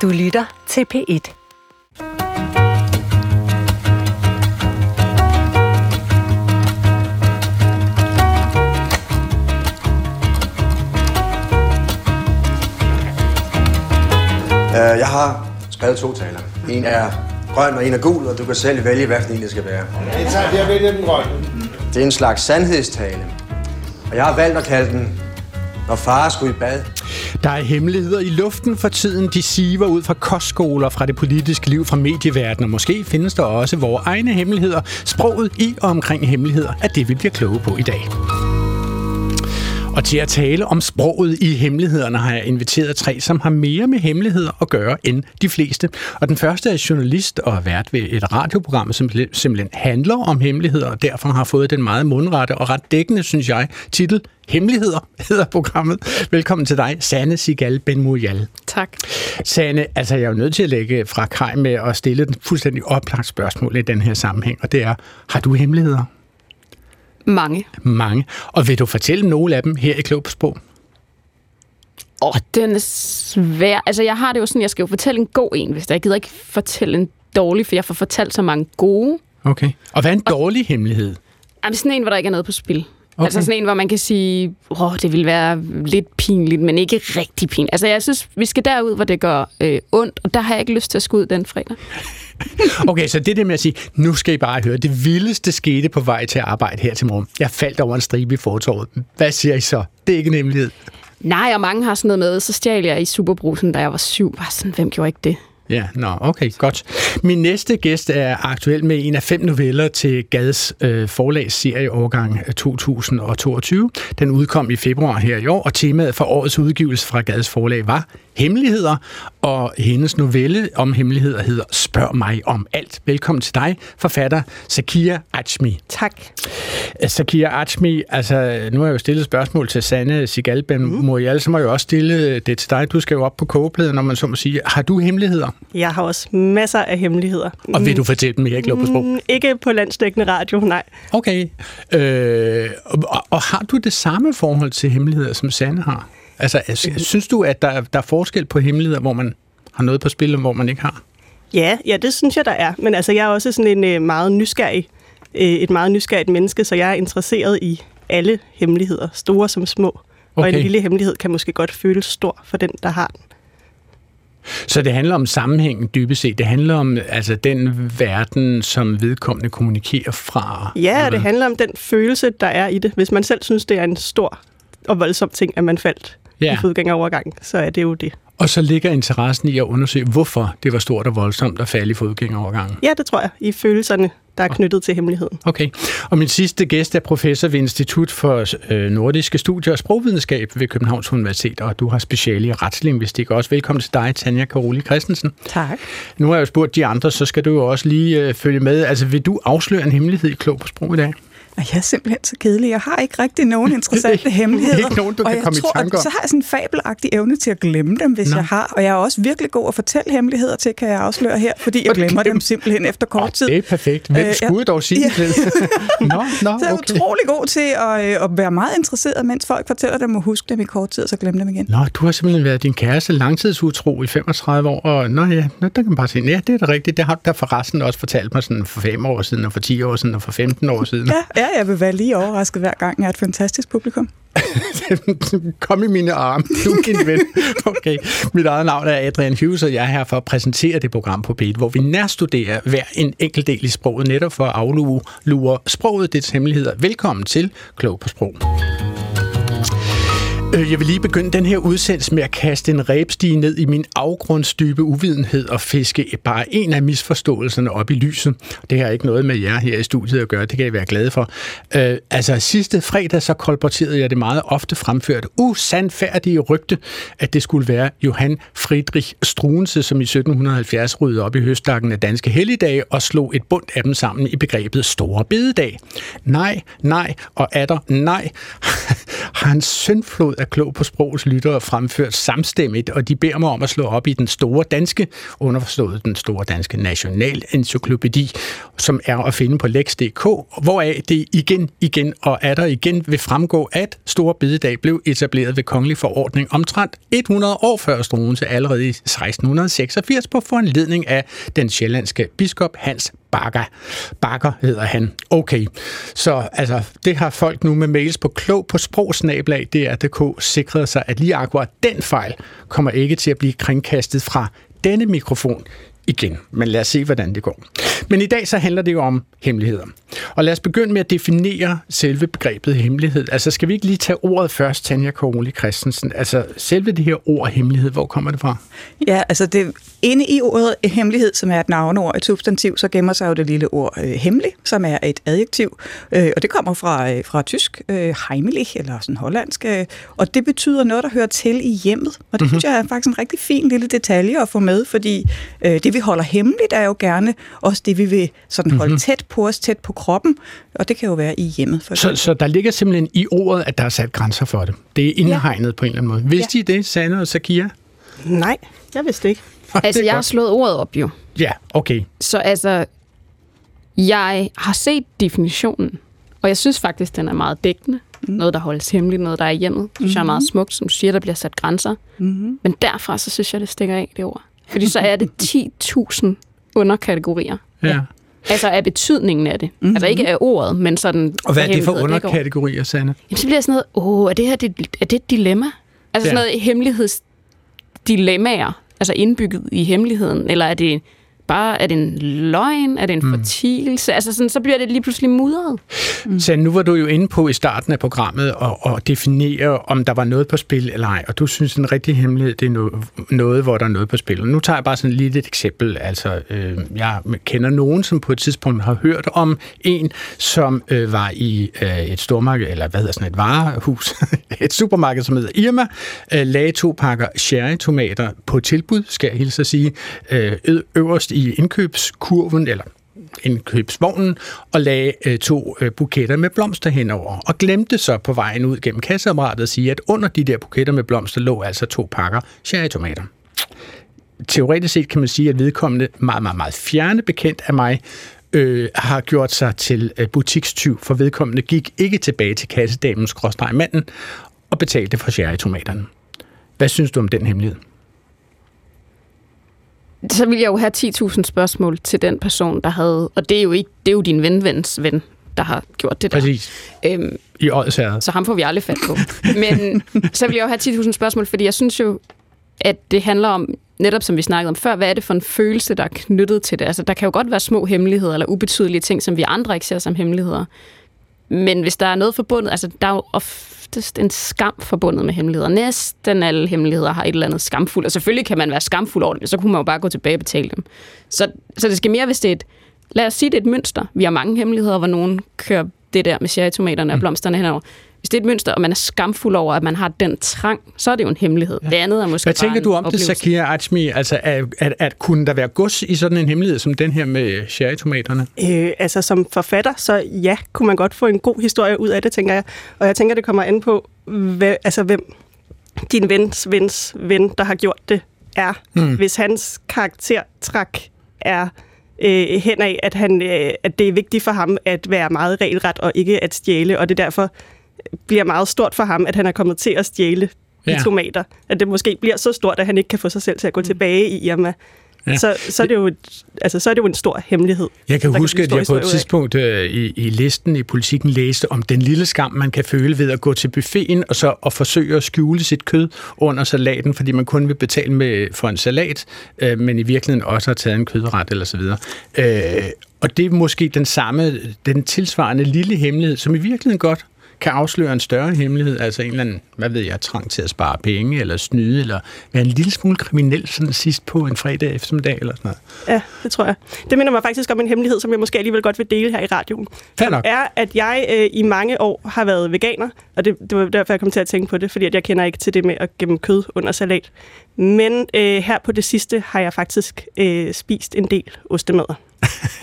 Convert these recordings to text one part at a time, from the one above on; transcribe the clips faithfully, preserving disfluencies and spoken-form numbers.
Du lytter til P et. Jeg har skrevet to taler. En er grøn, og en er gul, og du kan selv vælge, hvad for en det skal være. Det tager jeg vælger den grønne. Det er en slags sandhedstale. Og jeg har valgt at kalde den, når far skulle i bad. Der er hemmeligheder i luften for tiden. De siver ud fra kostskoler, fra det politiske liv, fra medieverdenen. Og måske findes der også vores egne hemmeligheder. Sproget i og omkring hemmeligheder er det, vi bliver kloge på i dag. Og til at tale om sproget i hemmelighederne har jeg inviteret tre, som har mere med hemmeligheder at gøre end de fleste. Og den første er journalist og vært ved et radioprogram, som simpelthen handler om hemmeligheder, og derfor har fået den meget mundrette og ret dækkende, synes jeg, titel Hemmeligheder hedder programmet. Velkommen til dig, Sanne Sigal Ben-Mouyal. Tak. Sanne, altså jeg er jo nødt til at lægge fra kaj med at stille et fuldstændig oplagt spørgsmål i den her sammenhæng, og det er, har du hemmeligheder? Mange. Mange. Og vil du fortælle nogle af dem her i Klog på Sprog? Åh, oh, den er svær. Altså, jeg har det jo sådan, jeg skal jo fortælle en god en, hvis jeg gider ikke fortælle en dårlig, for jeg får fortalt så mange gode. Okay. Og hvad er en dårlig og, hemmelighed? Jamen, sådan en, hvor der ikke er noget på spil. Okay. Altså sådan en, hvor man kan sige, åh, oh, det vil være lidt pinligt, men ikke rigtig pinligt. Altså, jeg synes, vi skal derud, hvor det gør øh, ondt, og der har jeg ikke lyst til at skulle ud den fredag. Okay, så det der med at sige, nu skal I bare høre, det vildeste skete på vej til at arbejde her til morgen. Jeg faldt over en stribe i fortorvet. Hvad siger I så? Det er ikke en hemmelighed. Nej, og mange har sådan noget med, så stjal jeg i Superbrusen, da jeg var syv. Bare sådan, hvem gjorde ikke det? Ja, nå, okay, godt. Min næste gæst er aktuel med en af fem noveller til Gads øh, forlagsserie årgang to tusind toogtyve. Den udkom i februar her i år, og temaet for årets udgivelse fra Gads forlag var hemmeligheder, og hendes novelle om hemmeligheder hedder Spørg mig om alt. Velkommen til dig, forfatter Zakiya Ajmi. Tak. Zakiya Ajmi, altså nu har jeg jo stillet spørgsmål til Sanne Sigal Ben-Mouyal, så må jeg jo også stille det til dig. Du skal jo op på kogepladen, når man så må sige. Har du hemmeligheder? Jeg har også masser af hemmeligheder. Og vil du fortælle dem, jeg er ikke Klog på Sprog? Ikke på landsdækkende radio, nej. Okay. Øh, og, og har du det samme forhold til hemmeligheder, som Sanne har? Altså, synes du, at der, der er forskel på hemmeligheder, hvor man har noget på spil, og hvor man ikke har? Ja, ja, det synes jeg, der er. Men altså, jeg er også sådan en meget nysgerrig, et meget nysgerrigt menneske, så jeg er interesseret i alle hemmeligheder, store som små. Okay. Og en lille hemmelighed kan måske godt føles stor for den, der har den. Så det handler om sammenhængen dybest set. Det handler om altså den verden, som vedkommende kommunikerer fra. Ja, eller? Det handler om den følelse, der er i det. Hvis man selv synes, det er en stor og voldsom ting, at man faldt ja. i fodgængerovergang, så er det jo det. Og så ligger interessen i at undersøge, hvorfor det var stort og voldsomt at falde i fodgængerovergangen. Ja, det tror jeg. I følelserne, der er knyttet til hemmeligheden. Okay. Og min sidste gæst er professor ved Institut for øh, Nordiske Studier og Sprogvidenskab ved Københavns Universitet, og du har speciale i retslingvistik. Også velkommen til dig, Tanja Karoli Christensen. Tak. Nu har jeg jo spurgt de andre, så skal du jo også lige øh, følge med. Altså, vil du afsløre en hemmelighed i Klog på Sprog i dag? Og jeg er simpelthen så kedelig. Jeg har ikke rigtig nogen interessante hemmeligheder. Ikke nogen, du og kan jeg komme tror, i tanker om. Så har jeg sådan en fabelagtig evne til at glemme dem, hvis Nå. jeg har. Og jeg er også virkelig god at fortælle hemmeligheder til, kan jeg afsløre her, fordi jeg glemmer dem simpelthen efter kort oh, tid. Det er perfekt. Hvem øh, skulle jeg... dog sige det? nå, nå, så jeg er okay. utrolig god til at, at være meget interesseret, mens folk fortæller dem og huske dem i kort tid, og så glemme dem igen. Nå, du har simpelthen været din kæreste langtidsutro i femogtredive år, og nå ja, nå, der kan man bare sige, ja, det er da rigtigt. Det har du da forresten også fortalt mig sådan for fem år siden, og for ti år siden, og for femten år siden. Ja, ja jeg vil være lige overrasket hver gang. Jeg er et fantastisk publikum. Kom i mine arme, du er min ven. Okay. Mit eget navn er Adrian Hughes, og jeg er her for at præsentere det program på P et, hvor vi nærstuderer hver en enkelt del i sproget, netop for at aflure sproget, dets hemmeligheder. Velkommen til Klog på Sprog. Jeg vil lige begynde den her udsendelse med at kaste en ræbstige ned i min afgrundsdybe uvidenhed og fiske bare en af misforståelserne op i lyset. Det har ikke noget med jer her i studiet at gøre, det kan I være glade for. Øh, altså sidste fredag så kolporterede jeg det meget ofte fremført usandfærdige rygte, at det skulle være Johann Friedrich Struensee, som i sytten halvfjerds ryddede op i høstdagen af danske helligdage og slog et bundt af dem sammen i begrebet Store Bededag. Nej, nej og atter nej har en søndflod af Klog på Sprogs lyttere fremført samstemmigt, og de beder mig om at slå op i den store danske, underforstået den store danske nationalencyklopædi, som er at finde på lex punktum d k, hvoraf det igen, igen og er der igen vil fremgå, at Store Bededag blev etableret ved kongelig forordning omtrent hundrede år før Struensee allerede i seksten seksogfirs på foranledning af den sjællandske biskop Hans Bakker. Bakker hedder han. Okay, så altså, det har folk nu med mails på klog på sprogsnablag D R punktum d k sikret sig, at lige akkurat den fejl kommer ikke til at blive kringkastet fra denne mikrofon igen. Men lad os se, hvordan det går. Men i dag så handler det jo om hemmeligheder. Og lad os begynde med at definere selve begrebet hemmelighed. Altså skal vi ikke lige tage ordet først, Tanja Koeroli Christensen? Altså selve det her ord hemmelighed, hvor kommer det fra? Ja, altså det inde i ordet hemmelighed, som er et navneord, et substantiv, så gemmer sig jo det lille ord øh, hemmelig, som er et adjektiv. Øh, og det kommer fra, øh, fra tysk, øh, heimlich, eller sådan hollandsk. Øh, og det betyder noget, der hører til i hjemmet. Og det mm-hmm. synes jeg er faktisk en rigtig fin lille detalje at få med, fordi øh, det vi holder hemmeligt er jo gerne også det, vi vil sådan holde mm-hmm. tæt på os, tæt på kroppen, og det kan jo være i hjemmet. For så, så der ligger simpelthen i ordet, at der er sat grænser for det. Det er indhegnet ja. På en eller anden måde. Vidste ja. I det, Sanne og Zakia? Nej, jeg vidste ikke. Altså, jeg har slået ordet op jo. Ja, okay. Så altså, jeg har set definitionen, og jeg synes faktisk, den er meget dækkende. Mm. Noget, der holdes hemmeligt, noget, der er i hjemmet. Det synes mm-hmm. jeg er meget smukt, som du siger, der bliver sat grænser. Mm-hmm. Men derfra, så synes jeg, det stikker af, det ord. Fordi så er det ti tusind underkategorier. Ja. Altså af betydningen af det. Mm-hmm. Altså ikke af ordet, men sådan... Og hvad er det for underkategorier, Sanne? Jamen, så bliver det sådan noget, åh, er det her det, er det et dilemma? Altså ja. Sådan noget hemmelighedsdilemmaer, altså indbygget i hemmeligheden, eller er det bare, er det en løgn, er det en fortielse? Mm. Altså sådan, så bliver det lige pludselig mudret. Mm. Så nu var du jo inde på i starten af programmet at, at definere, om der var noget på spil eller ej, og du synes, en rigtig hemmelighed, det er noget, noget, hvor der er noget på spil. Og nu tager jeg bare sådan lige et eksempel. Altså, øh, jeg kender nogen, som på et tidspunkt har hørt om en, som øh, var i øh, et stormarked, eller hvad hedder sådan et varehus, et supermarked, som hedder Irma, øh, lagde to pakker cherrytomater på tilbud, skal jeg hilse at sige, øh, øverst i indkøbskurven, eller indkøbsvognen, og lagde øh, to øh, buketter med blomster henover, og glemte så på vejen ud gennem kasseapparatet at sige, at under de der buketter med blomster lå altså to pakker cherrytomater. Teoretisk set kan man sige, at vedkommende meget, meget, meget fjerne bekendt af mig øh, har gjort sig til øh, butikstyv, for vedkommende gik ikke tilbage til kassedamen skråstreg manden og betalte for cherrytomaterne. Hvad synes du om den hemmelighed? Så ville jeg jo have ti tusind spørgsmål til den person, der havde... Og det er jo ikke det er jo din ven-vens ven, der har gjort det der. Præcis. Øhm, I Odsherred. Så ham får vi aldrig fat på. Men så ville jeg jo have ti tusind spørgsmål, fordi jeg synes jo, at det handler om, netop som vi snakkede om før, hvad er det for en følelse, der er knyttet til det? Altså, der kan jo godt være små hemmeligheder, eller ubetydelige ting, som vi andre ikke ser som hemmeligheder. Men hvis der er noget forbundet... Altså, der er jo oftest en skam forbundet med hemmeligheder. Næsten alle hemmeligheder har et eller andet skamfuldt. Og selvfølgelig kan man være skamfuld over det, så kunne man jo bare gå tilbage og betale dem. Så, så det skal mere, hvis det er et... Lad os sige, det er et mønster. Vi har mange hemmeligheder, hvor nogen kører det der med cherrytomaterne og blomsterne henover. Hvis det er et mønster, og man er skamfuld over, at man har den trang, så er det jo en hemmelighed. Ja. Det andet er måske Hvad tænker du om oplevelse. Det, Zakia Ajmi? Altså, at, at, at kunne der være gods i sådan en hemmelighed som den her med cherrytomaterne? Øh, altså, som forfatter, så ja, kunne man godt få en god historie ud af det, tænker jeg. Og jeg tænker, det kommer an på, hvad, altså, hvem din vens vens ven, der har gjort det, er. Mm. Hvis hans karaktertræk er øh, hen af, at, han, øh, at det er vigtigt for ham at være meget regelret og ikke at stjæle, og det derfor bliver meget stort for ham, at han er kommet til at stjæle ja. de tomater. At det måske bliver så stort, at han ikke kan få sig selv til at gå tilbage i Irma. Ja. Så, så, er det jo et, altså, så er det jo en stor hemmelighed. Jeg kan huske, kan at jeg på et tidspunkt øh, i, i listen i Politikken læste om den lille skam, man kan føle ved at gå til buffeten og så og forsøge at skjule sit kød under salaten, fordi man kun vil betale med for en salat, øh, men i virkeligheden også har taget en kødret eller så videre. Øh, og det er måske den samme, den tilsvarende lille hemmelighed, som i virkeligheden godt kan afsløre en større hemmelighed, altså en eller anden, hvad ved jeg, trang til at spare penge, eller snyde, eller være en lille smule kriminel sådan sidst på en fredag eftermiddag, eller sådan noget. Ja, det tror jeg. Det minder mig faktisk om en hemmelighed, som jeg måske alligevel godt vil dele her i radioen. Fair nok. Er, at jeg øh, i mange år har været veganer, og det, det var derfor, jeg kom til at tænke på det, fordi at jeg kender ikke til det med at gemme kød under salat. Men øh, her på det sidste har jeg faktisk øh, spist en del ostemadder.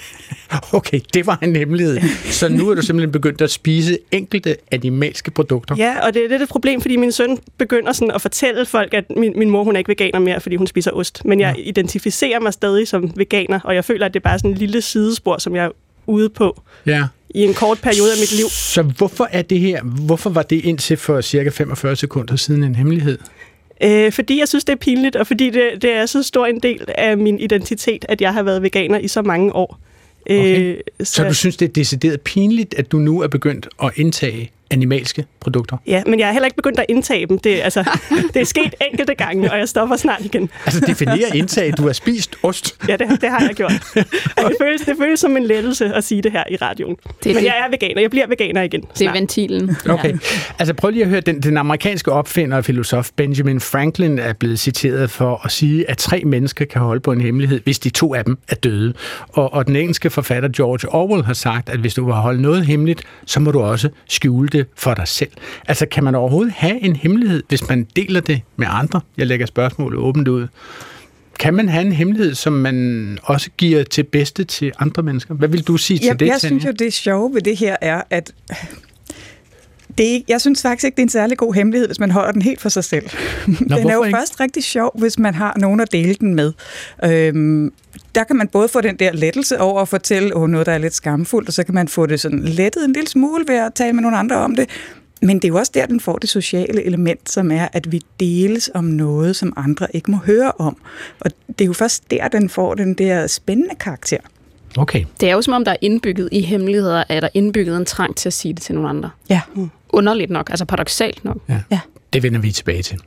Okay, det var en hemmelighed. Så nu er du simpelthen begyndt at spise enkelte animalske produkter. Ja, og det er lidt et problem, fordi min søn begynder sådan at fortælle folk, at min, min mor hun er ikke veganer mere, fordi hun spiser ost. Men jeg ja. identificerer mig stadig som veganer, og jeg føler, at det er bare sådan en lille sidespor, som jeg er ude på ja. i en kort periode af mit liv. Så hvorfor er det her, hvorfor var det indtil for cirka femogfyrre sekunder siden en hemmelighed? Øh, fordi jeg synes, det er pinligt, og fordi det, det er så stor en del af min identitet, at jeg har været veganer i så mange år. Okay. Øh, så... så du synes, det er decideret pinligt, at du nu er begyndt at indtage animalske produkter? Ja, men jeg er heller ikke begyndt at indtage dem. Det, altså, det er sket enkelte gange, og jeg stopper snart igen. Altså definerer indtage, du har spist ost? Ja, det, det har jeg gjort. Og det føles, det føles som en lettelse at sige det her i radioen. Det, men jeg er veganer. Jeg bliver veganer igen snart. Det er ventilen. Okay. Altså prøv lige at høre, den, den amerikanske opfinder og filosof Benjamin Franklin er blevet citeret for at sige, at tre mennesker kan holde på en hemmelighed, hvis de to af dem er døde. Og, og den engelske forfatter George Orwell har sagt, at hvis du vil holde noget hemmeligt, så må du også skjule det for dig selv. Altså, kan man overhovedet have en hemmelighed, hvis man deler det med andre? Jeg lægger spørgsmålet åbent ud. Kan man have en hemmelighed, som man også giver til bedste til andre mennesker? Hvad vil du sige ja, til det, Jeg Tanja? synes jo, det sjove ved det her er, at det er, jeg synes faktisk ikke, det er en særlig god hemmelighed, hvis man holder den helt for sig selv. Nå, den er jo ikke? Først rigtig sjov, hvis man har nogen at dele den med. Øhm, der kan man både få den der lettelse over at fortælle oh, noget, der er lidt skamfuldt, og så kan man få det sådan lettet en lille smule ved at tale med nogle andre om det. Men det er jo også der, den får det sociale element, som er, at vi deles om noget, som andre ikke må høre om. Og det er jo først der, den får den der spændende karakter. Okay. Det er jo som om, der er indbygget i hemmeligheder, at der er indbygget en trang til at sige det til nogle andre. Ja. Mm. Underligt nok, altså paradoksalt nok. Ja. ja. Det vender vi tilbage til.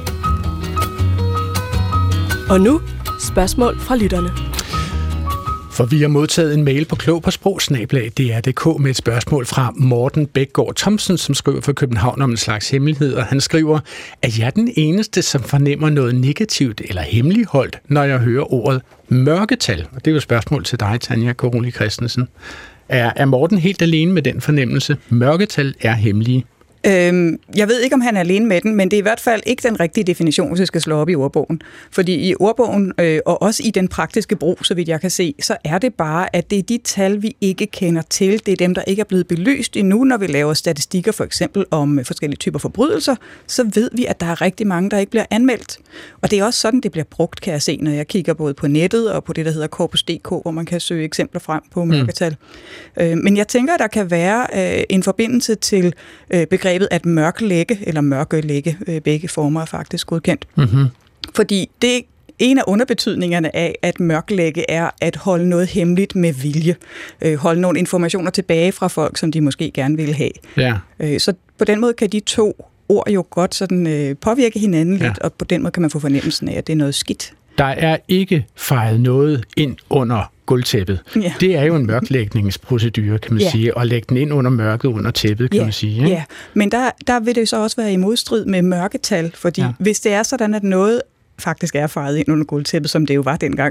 Og nu spørgsmål fra lytterne. For vi har modtaget en mail på klog på sprog snabel-a D R punktum d k med et spørgsmål fra Morten Bækgaard Thomsen, som skriver for København om en slags hemmelighed, og han skriver, at jeg er den eneste, som fornemmer noget negativt eller hemmeligholdt, når jeg hører ordet mørketal. Og det er jo et spørgsmål til dig, Tanja Koroli Christensen. Er, er Morten helt alene med den fornemmelse? Mørketal er hemmelige. Øhm, jeg ved ikke, om han er alene med den, men det er i hvert fald ikke den rigtige definition, hvis jeg skal slå op i ordbogen. Fordi i ordbogen, øh, og også i den praktiske brug, så vidt jeg kan se, så er det bare, at det er de tal, vi ikke kender til. Det er dem, der ikke er blevet belyst endnu, når vi laver statistikker for eksempel om forskellige typer forbrydelser. Så ved vi, at der er rigtig mange, der ikke bliver anmeldt. Og det er også sådan, det bliver brugt, kan jeg se, når jeg kigger både på nettet og på det, der hedder Corpus punktum d k, hvor man kan søge eksempler frem på mørketal. Mm. Øh, men jeg tænker, at der kan være øh, en forbindelse til øh, begrebet at mørklægge, eller mørkelægge, begge former er faktisk godkendt. Mm-hmm. Fordi det en af underbetydningerne af at mørklægge er at holde noget hemmeligt med vilje. Holde nogle informationer tilbage fra folk, som de måske gerne vil have. Ja. Så på den måde kan de to ord jo godt sådan, påvirke hinanden lidt, ja. Og på den måde kan man få fornemmelsen af, at det er noget skidt. Der er ikke fejret noget ind under gulvtæppet. Ja. Det er jo en mørklægningsprocedure, kan man ja. sige, og lægge den ind under mørket under tæppet, kan ja. man sige. Ikke? Ja, men der, der vil det så også være i modstrid med mørketal, fordi ja. hvis det er sådan, at noget faktisk er fejret ind under gulvtæppet, som det jo var dengang,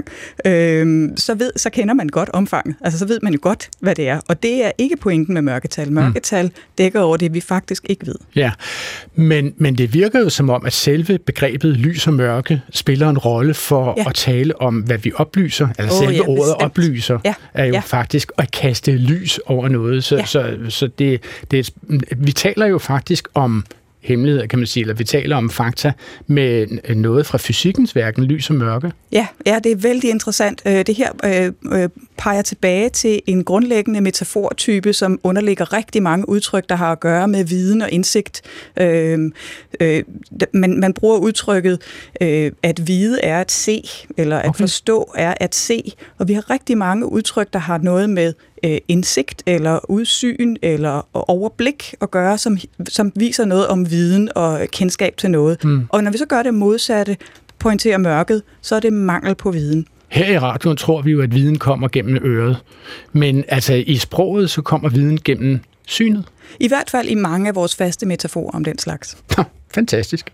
øh, så, ved, så kender man godt omfanget. Altså, så ved man jo godt, hvad det er. Og det er ikke pointen med mørketal. Mørketal mm. dækker over det, vi faktisk ikke ved. Ja, men, men det virker jo som om, at selve begrebet lys og mørke spiller en rolle for ja. at tale om, hvad vi oplyser. Altså oh, selve ja, ordet bestemt. oplyser ja. er jo ja. faktisk at kaste lys over noget. Så, ja. så, så det, det, vi taler jo faktisk om hemmeligheder, kan man sige, eller vi taler om fakta med noget fra fysikkens verden, lys og mørke. Ja, ja, det er vældig interessant. Det her øh, peger tilbage til en grundlæggende metafortype, som underligger rigtig mange udtryk, der har at gøre med viden og indsigt. Øh, øh, man, man bruger udtrykket, øh, at vide er at se, eller at okay. forstå er at se, og vi har rigtig mange udtryk, der har noget med indsigt eller udsyn eller overblik at gøre, som, som viser noget om viden og kendskab til noget. Mm. Og når vi så gør det modsatte, pointerer mørket, så er det mangel på viden. Her i radioen tror vi jo, at viden kommer gennem øret. Men altså i sproget, så kommer viden gennem synet. I hvert fald i mange af vores faste metaforer om den slags. Fantastisk.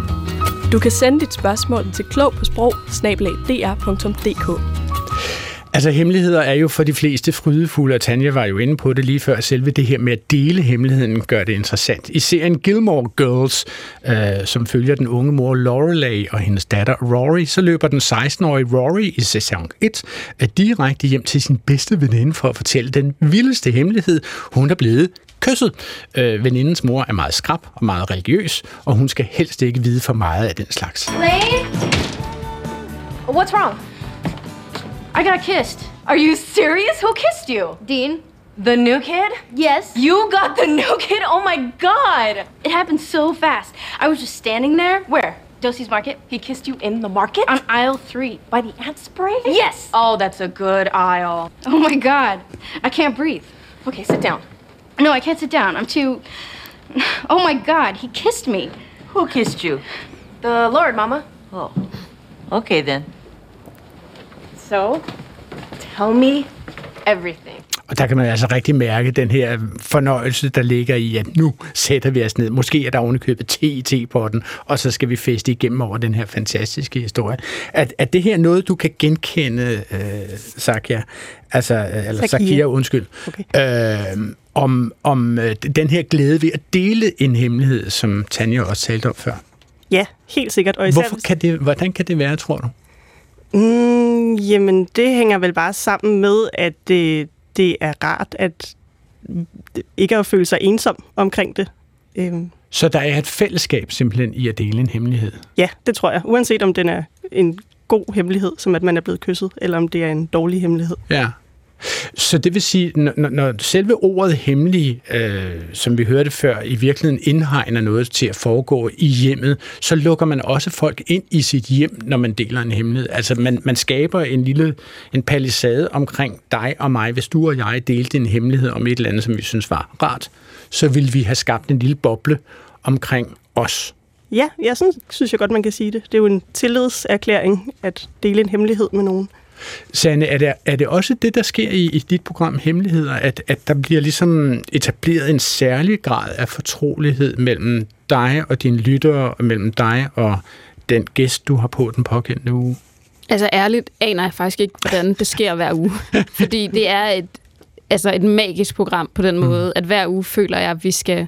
Du kan sende dit spørgsmål til klog på sprog snabel-a d r punktum d k. Altså, hemmeligheder er jo for de fleste frydefulde, og Tanja var jo inde på det lige før. Selve det her med at dele hemmeligheden gør det interessant. I serien Gilmore Girls, øh, som følger den unge mor Lorelai og hendes datter Rory, så løber den seksten-årige Rory i sæson et direkte hjem til sin bedste veninde for at fortælle den vildeste hemmelighed. Hun er blevet kysset. Øh, venindens mor er meget skrap og meget religiøs, og hun skal helst ikke vide for meget af den slags. Lane? What's wrong? I got kissed. Are you serious? Who kissed you? Dean. The new kid? Yes. You got the new kid? Oh my god! It happened so fast. I was just standing there. Where? Dosey's Market. He kissed you in the market? On aisle three. By the ant spray? Yes! Oh, that's a good aisle. Oh my god. I can't breathe. Okay, sit down. No, I can't sit down. I'm too... Oh my god, he kissed me. Who kissed you? The Lord, Mama. Oh. Okay, then. So, tell me everything. Og der kan man altså rigtig mærke den her fornøjelse, der ligger i, at nu sætter vi os ned. Måske er der ovenikøbet te i tepotten, og så skal vi feste igennem over den her fantastiske historie. Er, er det her noget, du kan genkende, øh, Zakia? Altså, eller Zakia, undskyld. Okay. Øh, om, om øh, den her glæde ved at dele en hemmelighed, som Tanja også talte om før? Ja, helt sikkert. Og især... Hvorfor kan det, hvordan kan det være, tror du? Mm, jamen, det hænger vel bare sammen med, at det, det er rart at ikke at føle sig ensom omkring det. Øhm. Så der er et fællesskab simpelthen i at dele en hemmelighed? Ja, det tror jeg. Uanset om den er en god hemmelighed, som at man er blevet kysset, eller om det er en dårlig hemmelighed. Ja. Så det vil sige, når, når selve ordet hemmelig, øh, som vi hørte før, i virkeligheden indhegner noget til at foregå i hjemmet, så lukker man også folk ind i sit hjem, når man deler en hemmelighed. Altså man, man skaber en lille en palisade omkring dig og mig. Hvis du og jeg delte en hemmelighed om et eller andet, som vi synes var rart, så ville vi have skabt en lille boble omkring os. Ja, jeg synes, synes jeg godt, man kan sige det. Det er jo en tillidserklæring at dele en hemmelighed med nogen. Sanne, er det, er det også det, der sker i, i dit program Hemmeligheder, at, at der bliver ligesom etableret en særlig grad af fortrolighed mellem dig og dine lyttere, og mellem dig og den gæst, du har på den pågældende uge? Altså ærligt aner jeg faktisk ikke, hvordan det sker hver uge. Fordi det er et, altså et magisk program på den måde, mm. at hver uge føler jeg, at vi skal,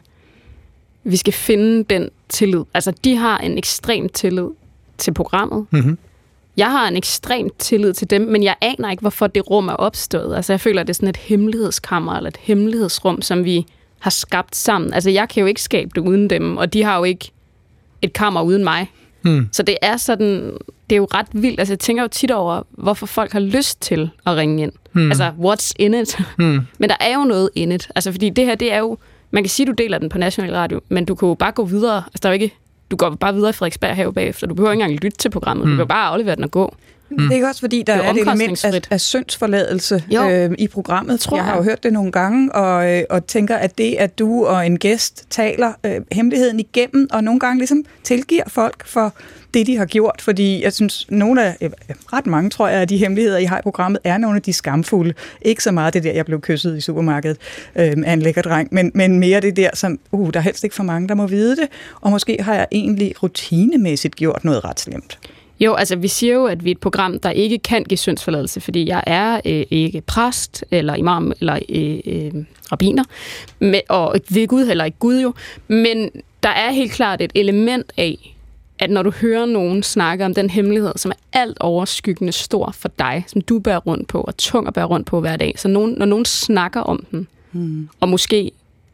vi skal finde den tillid. Altså de har en ekstrem tillid til programmet. Mm-hmm. Jeg har en ekstrem tillid til dem, men jeg aner ikke, hvorfor det rum er opstået. Altså, jeg føler, at det er sådan et hemmelighedskammer eller et hemmelighedsrum, som vi har skabt sammen. Altså, jeg kan jo ikke skabe det uden dem, og de har jo ikke et kammer uden mig. Hmm. Så det er sådan, det er jo ret vildt. Altså, jeg tænker jo tit over, hvorfor folk har lyst til at ringe ind. Hmm. Altså, what's in it? Hmm. Men der er jo noget in it. Altså, fordi det her, det er jo, man kan sige, du deler den på National Radio, men du kan jo bare gå videre. Altså, der er jo ikke... Du går bare videre i Frederiksberg have bagefter. Du behøver ikke engang lytte til programmet. Mm. Du kan bare aflevere den og gå. Mm. Det er ikke også, fordi der er, er et element af, af syndsforladelse øh, i programmet. Tror jeg. jeg har jo hørt det nogle gange, og, øh, og tænker, at det, at du og en gæst taler øh, hemmeligheden igennem, og nogle gange ligesom tilgiver folk for det, de har gjort. Fordi jeg synes, nogle af, øh, ret mange, tror jeg, af de hemmeligheder, I har i programmet, er nogle af de skamfulde. Ikke så meget det der, jeg blev kysset i supermarkedet øh, af en lækker dreng, men, men mere det der, som, uh, der er helst ikke for mange, der må vide det. Og måske har jeg egentlig rutinemæssigt gjort noget ret slemt. Jo, altså vi siger jo, at vi er et program, der ikke kan give syndsforladelse, fordi jeg er øh, ikke præst, eller imam, eller øh, øh, rabbiner, med, og ved Gud, heller ikke Gud jo, men der er helt klart et element af, at når du hører nogen snakke om den hemmelighed, som er alt overskyggende stor for dig, som du bærer rundt på, og tung at bære rundt på hver dag, så nogen, når nogen snakker om den, hmm. og måske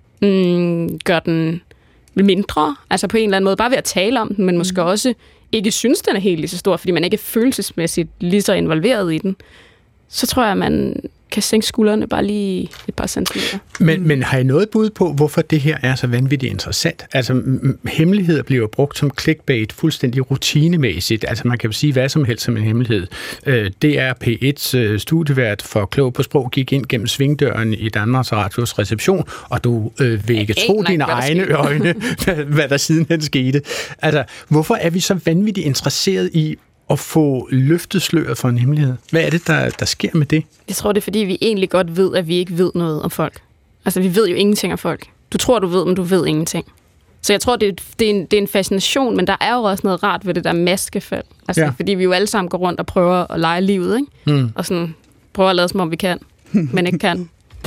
mm, gør den mindre, altså på en eller anden måde, bare ved at tale om den, men måske hmm. også ikke synes, den er helt lige så stor, fordi man ikke er følelsesmæssigt lige så involveret i den, så tror jeg, man kan sænke skuldrene bare lige et par centimeter. Men, men har I noget bud på, hvorfor det her er så vanvittigt interessant? Altså, m- hemmeligheder bliver brugt som clickbait fuldstændig rutinemæssigt. Altså, man kan jo sige hvad som helst som en hemmelighed. Øh, D R P et's øh, studievært for Klog på Sprog gik ind gennem svingdøren i Danmarks Radios reception, og du øh, vil ikke tro dine egne øjne, hvad, hvad der sidenhen skete. Altså, hvorfor er vi så vanvittigt interesseret i at få løftet sløret for en hemmelighed? Hvad er det, der, der sker med det? Jeg tror, det er, fordi vi egentlig godt ved, at vi ikke ved noget om folk. Altså, vi ved jo ingenting om folk. Du tror, du ved, men du ved ingenting. Så jeg tror, det er, det er, en, det er en fascination, men der er jo også noget rart ved det der maskefald. Altså, ja. Fordi vi jo alle sammen går rundt og prøver at lege livet, ikke? Mm. Og sådan prøver at lade som om vi kan, men ikke kan.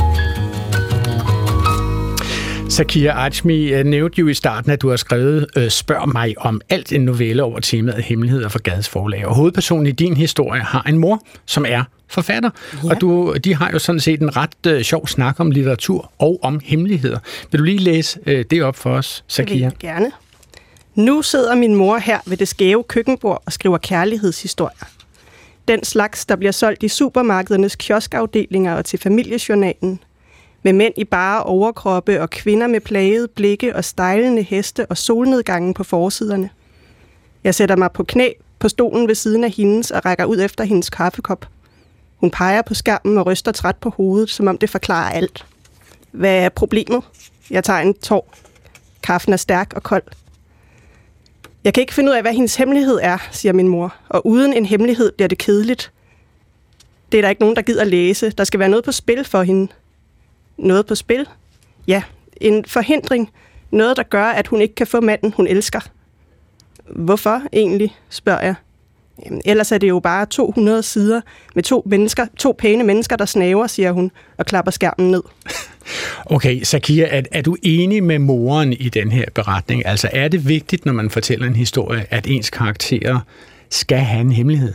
Zakria Ajmi, nævnte jo i starten, at du har skrevet øh, Spørg mig om alt, en novelle over temaet hemmeligheder for Gads Forlag. Og hovedpersonen i din historie har en mor, som er forfatter. Ja. Og du, de har jo sådan set en ret øh, sjov snak om litteratur og om hemmeligheder. Vil du lige læse øh, det op for os, Zakria? Det vil jeg gerne. Nu sidder min mor her ved det skæve køkkenbord og skriver kærlighedshistorier. Den slags, der bliver solgt i supermarkedernes kioskafdelinger og til familiejournalen. Med mænd i bare overkroppe og kvinder med plagede blikke og stejlende heste og solnedgangen på forsiderne. Jeg sætter mig på knæ på stolen ved siden af hendes og rækker ud efter hendes kaffekop. Hun peger på skærmen og ryster træt på hovedet, som om det forklarer alt. Hvad er problemet? Jeg tager en tår. Kaffen er stærk og kold. Jeg kan ikke finde ud af, hvad hendes hemmelighed er, siger min mor. Og uden en hemmelighed bliver det kedeligt. Det er der ikke nogen, der gider læse. Der skal være noget på spil for hende. Noget på spil? Ja, en forhindring. Noget, der gør, at hun ikke kan få manden, hun elsker. Hvorfor egentlig, spørger jeg. Jamen, ellers er det jo bare to hundrede sider med to mennesker, to pæne mennesker, der snaver, siger hun, og klapper skærmen ned. Okay, Zakria, er, er du enig med moren i den her beretning? Altså, er det vigtigt, når man fortæller en historie, at ens karakterer skal have en hemmelighed?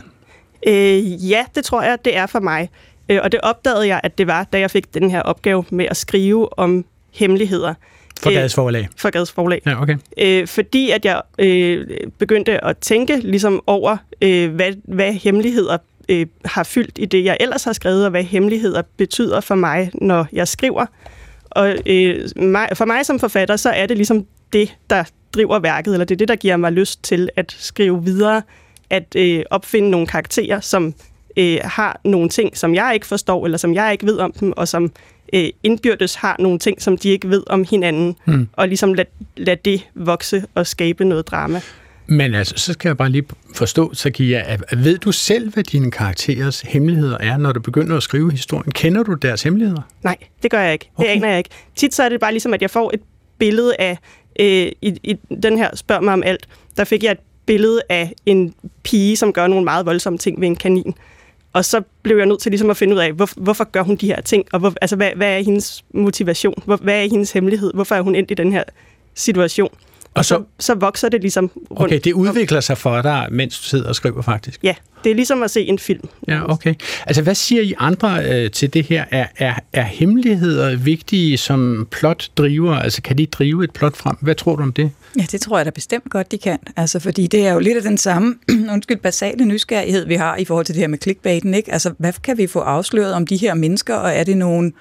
Øh, ja, det tror jeg, det er for mig. Og det opdagede jeg, at det var, da jeg fik den her opgave med at skrive om hemmeligheder. For Gads Forlag? For Gads Forlag. Ja, okay. Øh, fordi at jeg øh, begyndte at tænke ligesom over, øh, hvad, hvad hemmeligheder øh, har fyldt i det, jeg ellers har skrevet, og hvad hemmeligheder betyder for mig, når jeg skriver. Og øh, mig, for mig som forfatter, så er det ligesom det, der driver værket, eller det er det, der giver mig lyst til at skrive videre, at øh, opfinde nogle karakterer, som øh, har nogle ting, som jeg ikke forstår, eller som jeg ikke ved om dem, og som øh, indbyrdes har nogle ting, som de ikke ved om hinanden, mm. og ligesom lad, lad det vokse og skabe noget drama. Men altså, så skal jeg bare lige forstå, Zakria, at ved du selv, hvad dine karakterers hemmeligheder er, når du begynder at skrive historien? Kender du deres hemmeligheder? Nej, det gør jeg ikke. Det okay. aner jeg ikke. Tit så er det bare ligesom, at jeg får et billede af, øh, i, i den her Spørg mig om alt, der fik jeg et billede af en pige, som gør nogle meget voldsomme ting ved en kanin. Og så blev jeg nødt til ligesom at finde ud af, hvor, hvorfor gør hun de her ting, og hvor, altså, hvad, hvad er hendes motivation? Hvor, hvad er hendes hemmelighed? Hvorfor er hun endt i den her situation? Og, og så, så, så vokser det ligesom rundt. Okay, det udvikler sig for dig, mens du sidder og skriver faktisk? Ja, det er ligesom at se en film. Ja, okay. Altså, hvad siger I andre øh, til det her? Er, er, er hemmeligheder vigtige som plotdriver? Altså, kan de drive et plot frem? Hvad tror du om det? Ja, det tror jeg da bestemt godt, de kan. Altså, fordi det er jo lidt af den samme, undskyld, basale nysgerrighed, vi har i forhold til det her med clickbaiten, ikke? Altså, hvad kan vi få afsløret om de her mennesker, og er det nogle...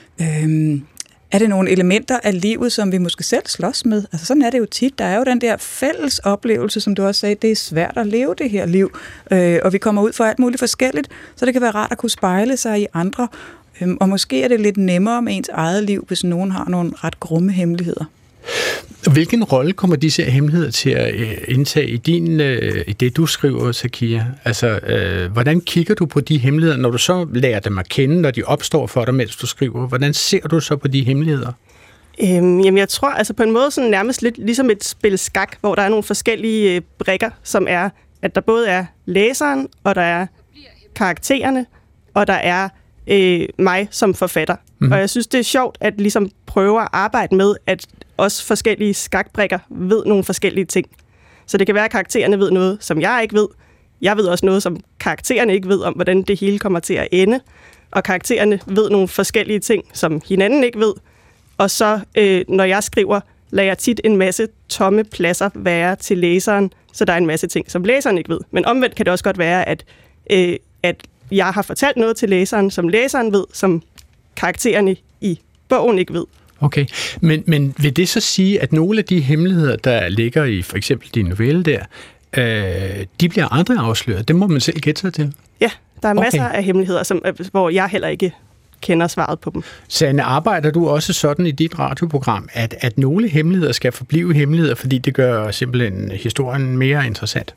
Øh, Er det nogle elementer af livet, som vi måske selv slås med? Altså sådan er det jo tit. Der er jo den der fælles oplevelse, som du også sagde, det er svært at leve det her liv. Øh, og vi kommer ud for alt muligt forskelligt, så det kan være rart at kunne spejle sig i andre. Øhm, og måske er det lidt nemmere med ens eget liv, hvis nogen har nogle ret grumme hemmeligheder. Hvilken rolle kommer disse hemmeligheder til at indtage i, din, i det, du skriver, Zakria? Altså, øh, hvordan kigger du på de hemmeligheder, når du så lærer dem at kende, når de opstår for dig, mens du skriver? Hvordan ser du så på de hemmeligheder? Øhm, jamen, jeg tror altså på en måde sådan nærmest lidt ligesom et spil skak, hvor der er nogle forskellige øh, brikker, som er, at der både er læseren, og der er karaktererne, og der er øh, mig som forfatter. Mm. Og jeg synes, det er sjovt at ligesom prøve at arbejde med, at også forskellige skakbrikker ved nogle forskellige ting. Så det kan være, at karaktererne ved noget, som jeg ikke ved. Jeg ved også noget, som karaktererne ikke ved om, hvordan det hele kommer til at ende. Og karaktererne ved nogle forskellige ting, som hinanden ikke ved. Og så, øh, når jeg skriver, lader jeg tit en masse tomme pladser være til læseren, så der er en masse ting, som læseren ikke ved. Men omvendt kan det også godt være, at, øh, at jeg har fortalt noget til læseren, som læseren ved, som karaktererne i bogen ikke ved. Okay, men, men vil det så sige, at nogle af de hemmeligheder, der ligger i for eksempel din novelle der, øh, de bliver aldrig afsløret? Det må man selv gætte sig til. Ja, der er masser okay. af hemmeligheder, som, hvor jeg heller ikke kender svaret på dem. Sanne, arbejder du også sådan i dit radioprogram, at, at nogle hemmeligheder skal forblive hemmeligheder, fordi det gør simpelthen historien mere interessant?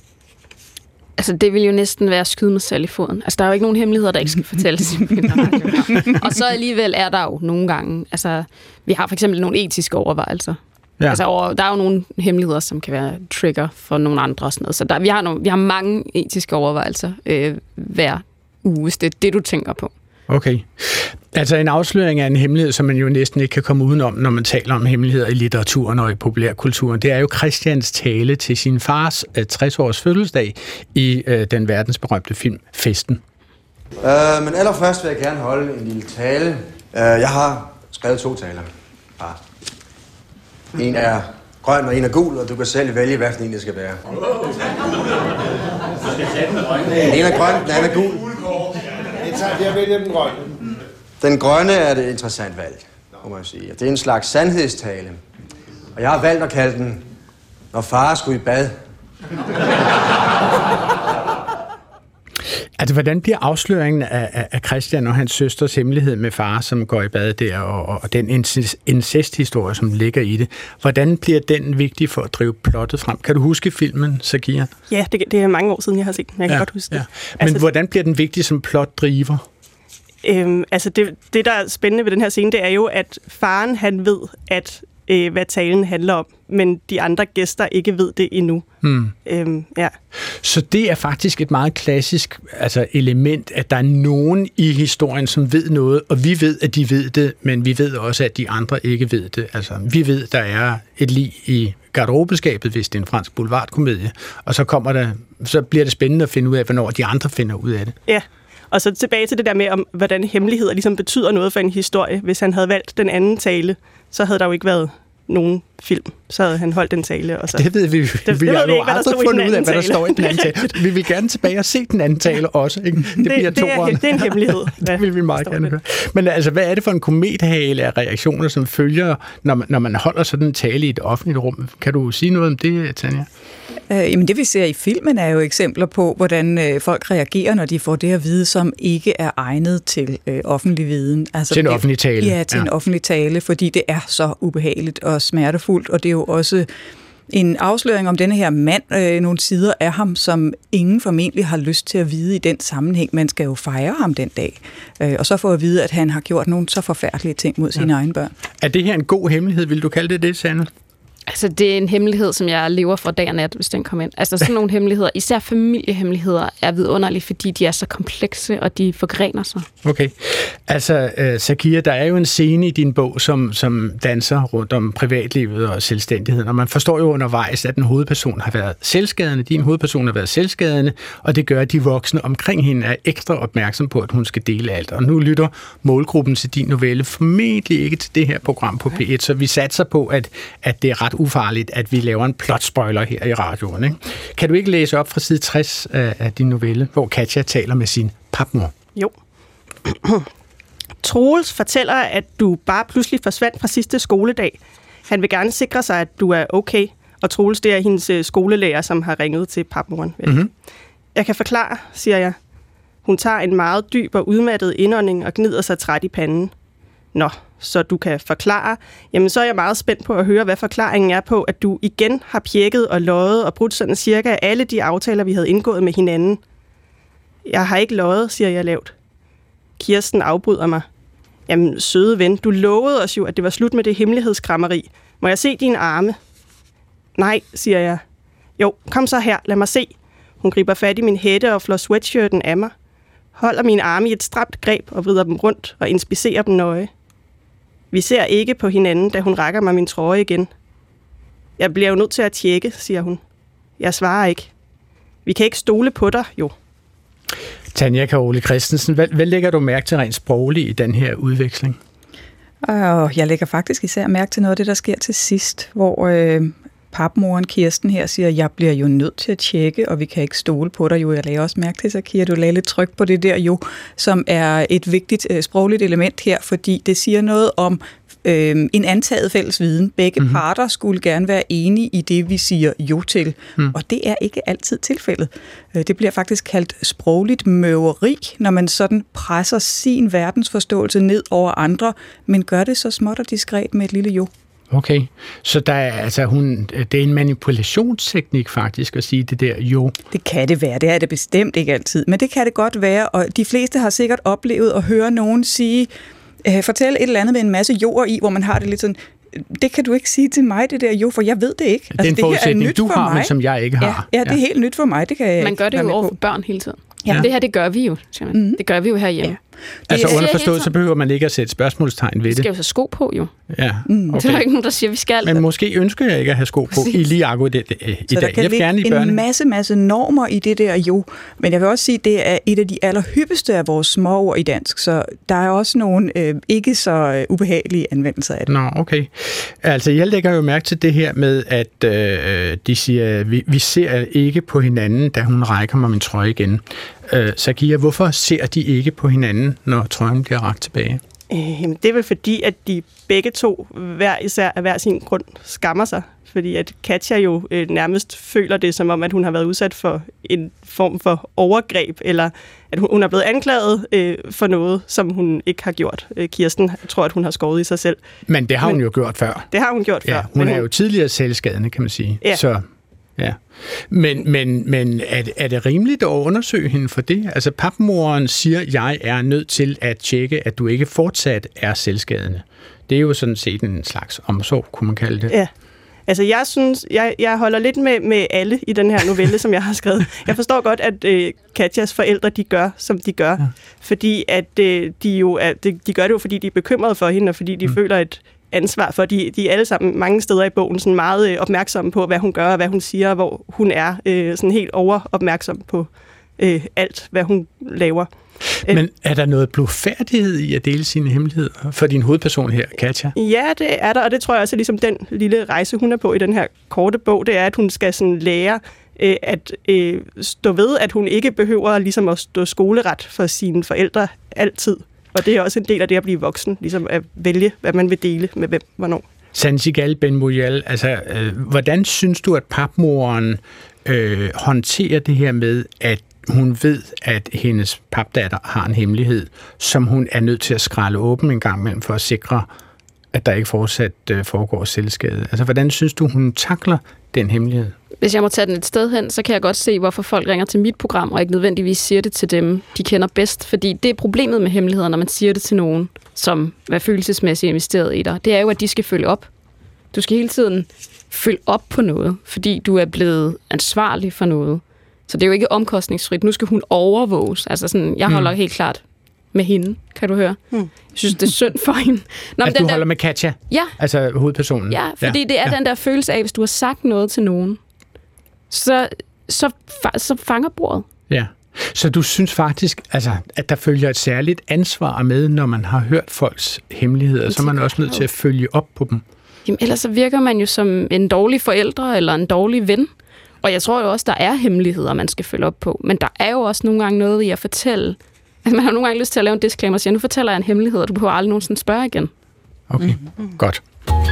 Altså, det vil jo næsten være at skyde mig selv i foden. Altså, der er jo ikke nogen hemmeligheder, der ikke skal fortælles. Og så alligevel er der jo nogle gange, altså, vi har for eksempel nogle etiske overvejelser. Ja. Altså, der er jo nogle hemmeligheder, som kan være trigger for nogle andre og sådan noget. Så der, vi, har nogle, vi har mange etiske overvejelser øh, hver uge, hvis det er det, du tænker på. Okay. Altså en afsløring af en hemmelighed, som man jo næsten ikke kan komme udenom, når man taler om hemmeligheder i litteraturen og i populærkulturen, det er jo Christians tale til sin fars tres-års fødselsdag i øh, den verdensberømte film Festen. Uh, men allerførst vil jeg gerne holde en lille tale. Uh, jeg har skrevet to taler. Ah. En er grøn og en er gul, og du kan selv vælge, hvad for en det skal være. Den ene er grøn, den anden er gul. Det tager jeg vælger den grønne. Den grønne er det interessant valg, må man sige. Det er en slags sandhedstale. Og jeg har valgt at kalde den, når far skulle i bad. Altså, hvordan bliver afsløringen af, af Christian og hans søsters hemmelighed med far, som går i bad der, og, og den incesthistorie, som ligger i det, hvordan bliver den vigtig for at drive plottet frem? Kan du huske filmen, Zakia? Ja, det, det er mange år siden, jeg har set den. Jeg kan ja, godt huske ja. det. Men altså, hvordan bliver den vigtig som plotdriver? Øhm, altså, det, det, der er spændende ved den her scene, det er jo, at faren, han ved, at øh, hvad talen handler om, men de andre gæster ikke ved det endnu. Hmm. Øhm, ja. Så det er faktisk et meget klassisk altså element, at der er nogen i historien, som ved noget, og vi ved, at de ved det, men vi ved også, at de andre ikke ved det. Altså, vi ved, der er et lig i garderobeskabet, hvis det er en fransk boulevardkomedie, og så kommer der, så bliver det spændende at finde ud af, hvornår de andre finder ud af det. Ja. Og så tilbage til det der med, om hvordan hemmeligheder ligesom betyder noget for en historie. Hvis han havde valgt den anden tale, så havde der jo ikke været nogen film. Så havde han holdt den tale. Og så... Det ved vi. Det, vi det har jo aldrig fundet ud af, hvad der står i den anden tale. Vi vil gerne tilbage og se den anden tale også. Ikke? Det, det, bliver det, er, det er en hemmelighed. Det vil vi meget gerne høre. Men altså, hvad er det for en komethale af reaktioner, som følger, når man, når man holder sådan en tale i et offentligt rum? Kan du sige noget om det, Tanja? Øh, jamen det vi ser i filmen er jo eksempler på, hvordan øh, folk reagerer, når de får det at vide, som ikke er egnet til øh, offentlig viden. Altså, til en offentlig tale. Ja, til ja. en offentlig tale, fordi det er så ubehageligt og smertefuldt, og det er jo også en afsløring om denne her mand, øh, nogle sider af ham, som ingen formentlig har lyst til at vide i den sammenhæng. Man skal jo fejre ham den dag, øh, og så få at vide, at han har gjort nogle så forfærdelige ting mod sine ja. egne børn. Er det her en god hemmelighed, vil du kalde det det, Sanne? Altså, det er en hemmelighed, som jeg lever fra dag og nat, hvis den kommer ind. Altså, sådan nogle hemmeligheder, især familiehemmeligheder, er vidunderlige, fordi de er så komplekse, og de forgrener sig. Okay. Altså, uh, Zakia, der er jo en scene i din bog, som, som danser rundt om privatlivet og selvstændigheden, og man forstår jo undervejs, at den hovedperson har været selvskadende, din hovedperson har været selvskadende, og det gør, at de voksne omkring hende er ekstra opmærksom på, at hun skal dele alt. Og nu lytter målgruppen til din novelle formentlig ikke til det her program på P et, så vi satser på, at, at det er ret ufarligt, at vi laver en plot-spoiler her i radioen. Ikke? Kan du ikke læse op fra side tres af, af din novelle, hvor Katja taler med sin papmor? Jo. Troels fortæller, at du bare pludselig forsvandt fra sidste skoledag. Han vil gerne sikre sig, at du er okay. Og Troels, det er hendes skolelærer, som har ringet til papmoren. Mm-hmm. Jeg kan forklare, siger jeg. Hun tager en meget dyb og udmattet indånding og gnider sig træt i panden. Nå, så du kan forklare, jamen så er jeg meget spændt på at høre, hvad forklaringen er på, at du igen har pjekket og løjet og brudt sådan cirka alle de aftaler, vi havde indgået med hinanden. Jeg har ikke løjet, siger jeg lavt. Kirsten afbryder mig. Jamen, søde ven, du lovede os jo, at det var slut med det hemmelighedskrammeri. Må jeg se dine arme? Nej, siger jeg. Jo, kom så her, lad mig se. Hun griber fat i min hætte og flår sweatshirten af mig. Holder mine arme i et stramt greb og vrider dem rundt og inspicerer dem nøje. Vi ser ikke på hinanden, da hun rækker mig min trøje igen. Jeg bliver jo nødt til at tjekke, siger hun. Jeg svarer ikke. Vi kan ikke stole på dig, jo. Tanja Karoli Christensen, hvad, hvad lægger du mærke til rent sprogligt i den her udveksling? Og jeg lægger faktisk især mærke til noget af det, der sker til sidst, hvor øh, papmoren Kirsten her siger, jeg bliver jo nødt til at tjekke, og vi kan ikke stole på dig. Jo, jeg lagde også mærke til, Zakia, du lagde lidt tryk på det der jo, som er et vigtigt øh, sprogligt element her, fordi det siger noget om øh, en antaget fælles viden. Begge mm-hmm. parter skulle gerne være enige i det, vi siger jo til, mm. og det er ikke altid tilfældet. Det bliver faktisk kaldt sprogligt møveri, når man sådan presser sin verdensforståelse ned over andre, men gør det så småt og diskret med et lille jo. Okay, så der er, altså, hun, det er en manipulationsteknik faktisk at sige det der jo. Det kan det være, det er det bestemt ikke altid, men det kan det godt være, og de fleste har sikkert oplevet at høre nogen sige, øh, fortælle et eller andet med en masse jord i, hvor man har det lidt sådan, det kan du ikke sige til mig, det der jo, for jeg ved det ikke. Det er en altså, forudsætning, du har, men som jeg ikke har. Ja, ja det er ja. helt nyt for mig. Det kan jeg Man gør det jo over for børn hele tiden. Ja. Det her, det gør vi jo. Mm. Det gør vi jo herhjemme. Ja. Altså underforstået, så behøver man ikke at sætte spørgsmålstegn ved det. Vi skal jo så sko på, jo. Ja, okay. Det er ikke nogen, der siger, vi skal. Men måske ønsker jeg ikke at have sko på i lige akkurat i, i så dag. Der kan jeg vil gerne i en børne. masse, masse normer i det der jo. Men jeg vil også sige, at det er et af de allerhyppigste af vores småord i dansk. Så der er også nogle øh, ikke så øh, ubehagelige anvendelser af det. Nå, okay. Altså, jeg lægger jo mærke til det her med, at øh, de siger, vi, vi ser ikke på hinanden, da hun rækker mig min trøje igen. Øh, Zakia, hvorfor ser de ikke på hinanden, når trøjen bliver rakt tilbage? Øh, det er vel fordi, at de begge to hver især af hver sin grund skammer sig. Fordi at Katja jo øh, nærmest føler det som om, at hun har været udsat for en form for overgreb, eller at hun, hun er blevet anklaget øh, for noget, som hun ikke har gjort. Øh, Kirsten tror, at hun har skåret i sig selv. Men det har hun Men, jo gjort før. Det har hun gjort ja, før. Hun er hun... jo tidligere selvskadende, kan man sige. Ja. Så... Ja, men, men, men er, det, er det rimeligt at undersøge hende for det? Altså papmoren siger, at jeg er nødt til at tjekke, at du ikke fortsat er selvskadende. Det er jo sådan set en slags omsorg, kunne man kalde det. Ja, altså jeg synes, jeg, jeg holder lidt med, med alle i den her novelle, som jeg har skrevet. Jeg forstår godt, at øh, Katjas forældre, de gør, som de gør. Ja. Fordi at øh, de jo er, de, de gør det jo, fordi de er bekymrede for hende, og fordi de mm. føler et ansvar for. De, de er alle sammen mange steder i bogen sådan meget øh, opmærksomme på, hvad hun gør, og hvad hun siger, hvor hun er øh, sådan helt overopmærksom på øh, alt, hvad hun laver. Men er der noget blufærdighed i at dele sine hemmeligheder for din hovedperson her, Katja? Ja, det er der, og det tror jeg også er ligesom den lille rejse, hun er på i den her korte bog, det er, at hun skal sådan lære øh, at øh, stå ved, at hun ikke behøver ligesom at stå skoleret for sine forældre altid. Og det er også en del af det at blive voksen, ligesom at vælge, hvad man vil dele med hvem, hvornår. Sansigal Ben-Mouyal, altså, øh, hvordan synes du, at papmoren øh, håndterer det her med, at hun ved, at hendes papdatter har en hemmelighed, som hun er nødt til at skrælle åben en gang imellem for at sikre, at der ikke fortsat øh, foregår selvskade? Altså, hvordan synes du, hun takler den hemmelighed? Hvis jeg må tage den et sted hen, så kan jeg godt se, hvorfor folk ringer til mit program, og ikke nødvendigvis siger det til dem, de kender bedst. Fordi det er problemet med hemmeligheder, når man siger det til nogen, som er følelsesmæssigt investeret i dig. Det er jo, at de skal følge op. Du skal hele tiden følge op på noget, fordi du er blevet ansvarlig for noget. Så det er jo ikke omkostningsfrit. Nu skal hun overvåges. Altså sådan, jeg holder hmm. helt klart med hende, kan du høre. Hmm. Jeg synes, det er synd for hende. Nå, altså, den du der... holder med Katja? Ja. Altså hovedpersonen? Ja, fordi ja. det er ja. den der følelse af, hvis du har sagt noget til nogen, så, så, så fanger bordet. Ja. Så du synes faktisk, altså, at der følger et særligt ansvar med, når man har hørt folks hemmeligheder, så er man også nødt til at følge op på dem? Jamen, ellers så virker man jo som en dårlig forældre eller en dårlig ven. Og jeg tror jo også, der er hemmeligheder, man skal følge op på. Men der er jo også nogle gange noget i at fortælle. Altså, man har nogle gange lyst til at lave en disclaimer og sige, nu fortæller jeg en hemmelighed, og du behøver aldrig nogensinde spørge igen. Okay, mm-hmm. Godt.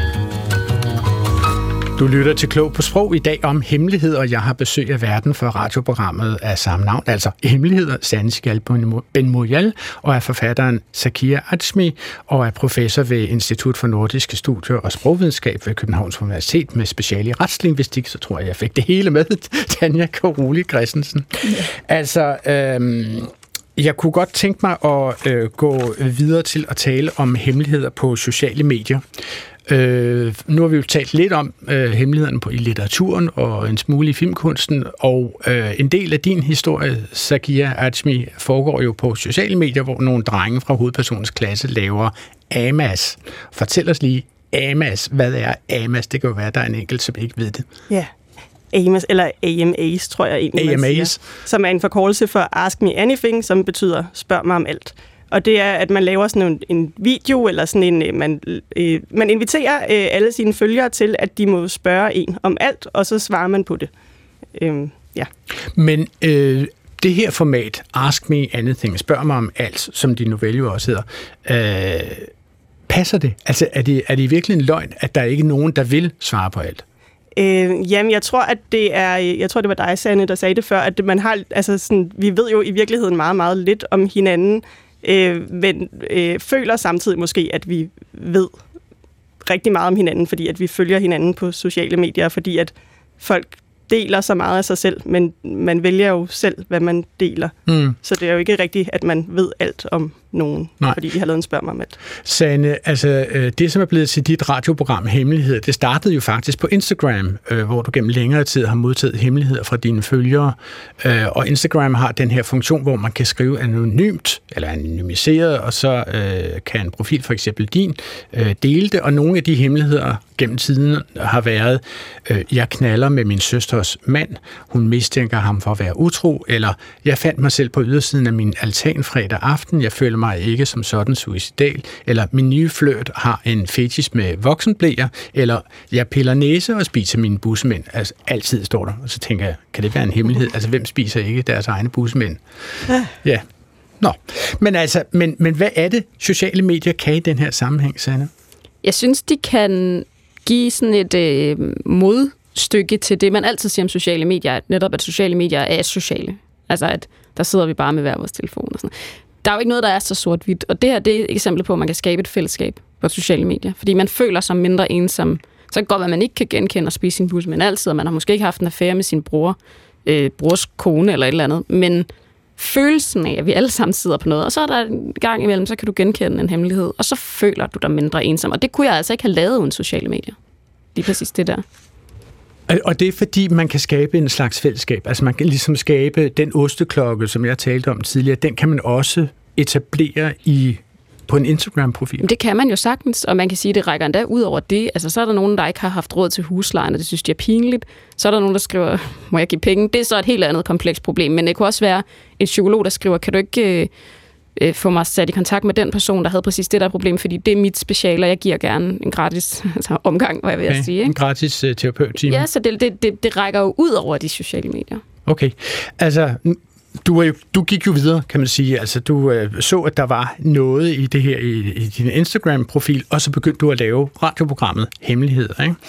Du lytter til Klog på Sprog i dag om hemmeligheder, og jeg har besøg af verden for radioprogrammet af samme navn, altså Hemmeligheder, Sansigal Ben-Mouyal, og er forfatteren Zakia Azmi, og er professor ved Institut for Nordiske Studier og Sprogvidenskab ved Københavns Universitet med speciale i retslingvistik, så tror jeg, jeg fik det hele med, Tanja Karoli Christensen. Ja. Altså, øhm, jeg kunne godt tænke mig at øh, gå videre til at tale om hemmeligheder på sociale medier. Øh, nu har vi jo talt lidt om øh, hemmelighederne på, i litteraturen og en smule i filmkunsten, og øh, en del af din historie, Zakia Azmi, foregår jo på sociale medier, hvor nogle drenge fra hovedpersonens klasse laver A M A S. Fortæl os lige, A M A S, hvad er A M A S? Det kan jo være, der er en enkelt, som ikke ved det. Ja, A M A S, eller A M As, tror jeg egentlig, A M As. Man siger, som er en forkortelse for Ask Me Anything, som betyder spørg mig om alt. Og det er, at man laver sådan en, en video, eller sådan en, man, øh, man inviterer øh, alle sine følgere til, at de må spørge en om alt, og så svarer man på det. Øhm, ja. Men øh, det her format, Ask Me Anything, spørg mig om alt, som din novelle jo også hedder, øh, passer det? Altså, er det, er det virkelig en løgn, at der er ikke nogen, der vil svare på alt? Øh, jamen, jeg tror, at det er, jeg tror, det var dig, Sanne, der sagde det før, at man har, altså sådan, vi ved jo i virkeligheden meget, meget lidt om hinanden, Øh, men øh, føler samtidig måske, at vi ved rigtig meget om hinanden, fordi at vi følger hinanden på sociale medier, fordi at folk deler så meget af sig selv, men man vælger jo selv, hvad man deler. Mm. Så det er jo ikke rigtigt, at man ved alt om nogen, Nej. fordi de har lavet en spørg mig om alt. Sanne, altså det, som er blevet til dit radioprogram Hemmelighed, det startede jo faktisk på Instagram, øh, hvor du gennem længere tid har modtaget hemmeligheder fra dine følgere. Øh, og Instagram har den her funktion, hvor man kan skrive anonymt, eller anonymiseret, og så øh, kan en profil, for eksempel din, øh, dele det. Og nogle af de hemmeligheder gennem tiden har været, øh, jeg knaller med min søsters mand, hun mistænker ham for at være utro, eller jeg fandt mig selv på ydersiden af min altan fredag aften, jeg føler mig ikke som sådan suicidal, eller min nye flirt har en fetish med voksenblæer, eller jeg piller næse og spiser mine bussemænd. Altså altid står der, og så tænker jeg, kan det være en hemmelighed? Altså hvem spiser ikke deres egne bussemænd? Ja. ja. Nå, men altså, men, men hvad er det, sociale medier kan i den her sammenhæng, Sanne? Jeg synes, de kan give sådan et øh, modstykke til det, man altid siger om sociale medier, netop at sociale medier er sociale. Altså, at der sidder vi bare med hver vores telefon og sådan. Der er jo ikke noget, der er så sort-hvidt, og det her det er et eksempel på, at man kan skabe et fællesskab på sociale medier, fordi man føler sig mindre ensom. Så kan det godt være, at man ikke kan genkende og spise sin bus, men altid, og man har måske ikke haft en affære med sin bror, øh, brors kone eller et eller andet, men følelsen af, at vi alle sammen sidder på noget, og så er der en gang imellem, så kan du genkende en hemmelighed, og så føler du dig mindre ensom, og det kunne jeg altså ikke have lavet uden sociale medier. Lige præcis det der. Og det er fordi, man kan skabe en slags fællesskab. Altså man kan ligesom skabe den osteklokke, som jeg talte om tidligere, den kan man også etablere i på en Instagram-profil. Det kan man jo sagtens, og man kan sige, at det rækker endda ud over det. Altså så er der nogen, der ikke har haft råd til huslejen, og det synes de er pinligt. Så er der nogen, der skriver, må jeg give penge? Det er så et helt andet komplekst problem, men det kunne også være en psykolog, der skriver, kan du ikke øh, få mig sat i kontakt med den person, der havde præcis det der problem, fordi det er mit speciale, og jeg giver gerne en gratis altså, omgang, hvad jeg vil okay, sige. Ikke? En gratis uh, terapeut-time. Ja, så det, det, det, det rækker jo ud over de sociale medier. Okay, altså du, er jo, du gik jo videre, kan man sige. Altså du øh, så, at der var noget i det her i, i din Instagram-profil, og så begyndte du at lave radioprogrammet Hemmeligheder, ikke?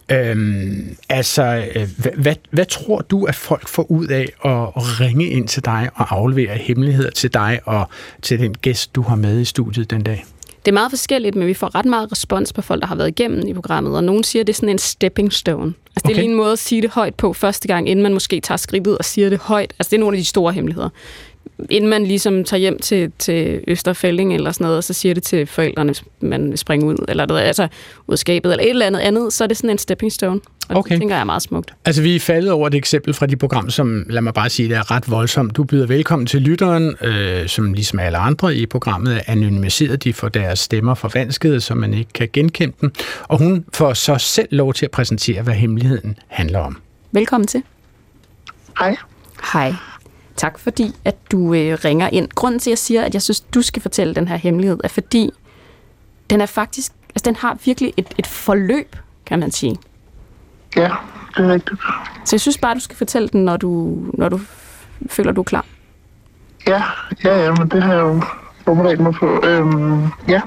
Øhm, altså, øh, hvad, hvad, hvad tror du, at folk får ud af at, at ringe ind til dig og aflevere hemmeligheder til dig og til den gæst, du har med i studiet den dag? Det er meget forskelligt, men vi får ret meget respons på folk, der har været igennem i programmet, og nogen siger, at det er sådan en stepping stone. Altså, okay. Det er lige en måde at sige det højt på første gang, inden man måske tager skridtet og siger det højt. Altså, det er nogle af de store hemmeligheder. Inden man ligesom tager hjem til, til Østerfælling eller sådan noget, og så siger det til forældrene, hvis man vil springe ud, eller det, altså ud af skabet, eller et eller andet andet, så er det sådan en stepping stone. Og okay. Det tænker jeg er meget smukt. Altså, vi er faldet over et eksempel fra de program, som, lad mig bare sige, det er ret voldsomt. Du byder velkommen til lytteren, øh, som ligesom alle andre i programmet er anonymiseret. De får deres stemmer forvansket, så man ikke kan genkende dem. Og hun får så selv lov til at præsentere, hvad hemmeligheden handler om. Velkommen til. Hej. Hej. Tak fordi, at du øh, ringer ind. Grunden til, at jeg siger, at jeg synes, du skal fortælle den her hemmelighed, er fordi, den er faktisk, altså den har virkelig et, et forløb, kan man sige. Ja, det er rigtigt. Så jeg synes bare, du skal fortælle den, når du, når du føler, du er klar. Ja, ja, ja, men det har jeg jo forberedt mig på. Øhm, ja,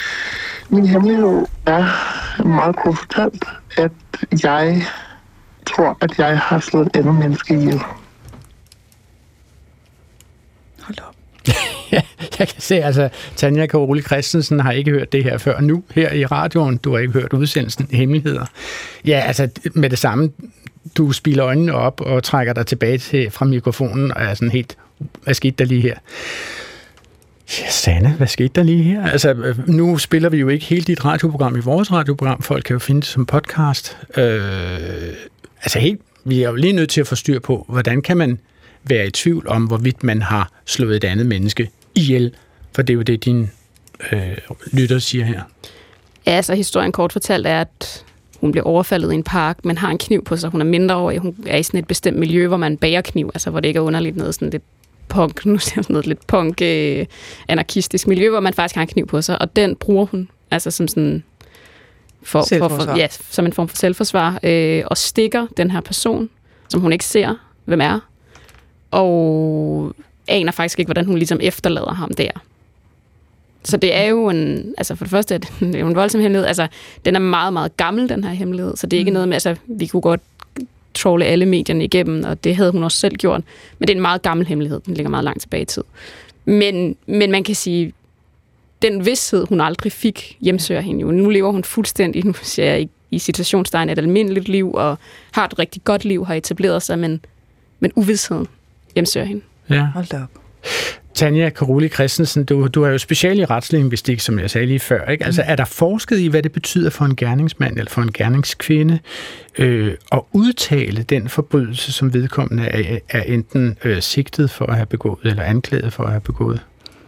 min hemmelighed er meget kort fortalt, at jeg tror, at jeg har slået et andet menneske ihjel. Hold op. Ja, jeg kan se, altså, Tanja Karoli Christensen har ikke hørt det her før nu, her i radioen. Du har ikke hørt udsendelsen Hemmeligheder. Ja, altså, med det samme, du spiller øjnene op og trækker dig tilbage til, fra mikrofonen, og er sådan helt, hvad skete der lige her? Ja, Sanne, hvad skete der lige her? Altså, nu spiller vi jo ikke hele dit radioprogram i vores radioprogram. Folk kan jo finde det som podcast. Øh, altså, helt, vi er jo lige nødt til at få styr på, hvordan kan man være i tvivl om, hvorvidt man har slået et andet menneske ihjel. For det er jo det, din øh, lytter siger her. Ja, altså historien kort fortalt er, at hun bliver overfaldet i en park, men har en kniv på sig. Hun er mindreårig. Hun er i sådan et bestemt miljø, hvor man bager kniv, altså hvor det ikke er underligt noget sådan lidt punk, nu siger jeg noget lidt punk, øh, anarkistisk miljø, hvor man faktisk har en kniv på sig, og den bruger hun altså som sådan for, for, for, ja, som en form for selvforsvar, øh, og stikker den her person, som hun ikke ser, hvem er, og aner faktisk ikke, hvordan hun ligesom efterlader ham der. Så det er jo en, altså for det første er det en voldsom hemmelighed, altså den er meget, meget gammel, den her hemmelighed, så det er ikke noget med, altså vi kunne godt trolle alle medierne igennem, og det havde hun også selv gjort, men det er en meget gammel hemmelighed, den ligger meget langt tilbage i tid. Men, men man kan sige, den vidsthed, hun aldrig fik, hjemsøger hende jo. Nu lever hun fuldstændig, nu siger jeg i, i citationstegn, et almindeligt liv, og har et rigtig godt liv, har etableret sig, men, men uvidsheden hjemsøger hende. Ja. Hold da op. Tanja Karoli Christensen, du, du er jo special i retslingvistik, som jeg sagde lige før. Ikke? Altså, er der forsket i, hvad det betyder for en gerningsmand eller for en gerningskvinde øh, at udtale den forbrydelse, som vedkommende er, er enten øh, sigtet for at have begået eller anklaget for at have begået?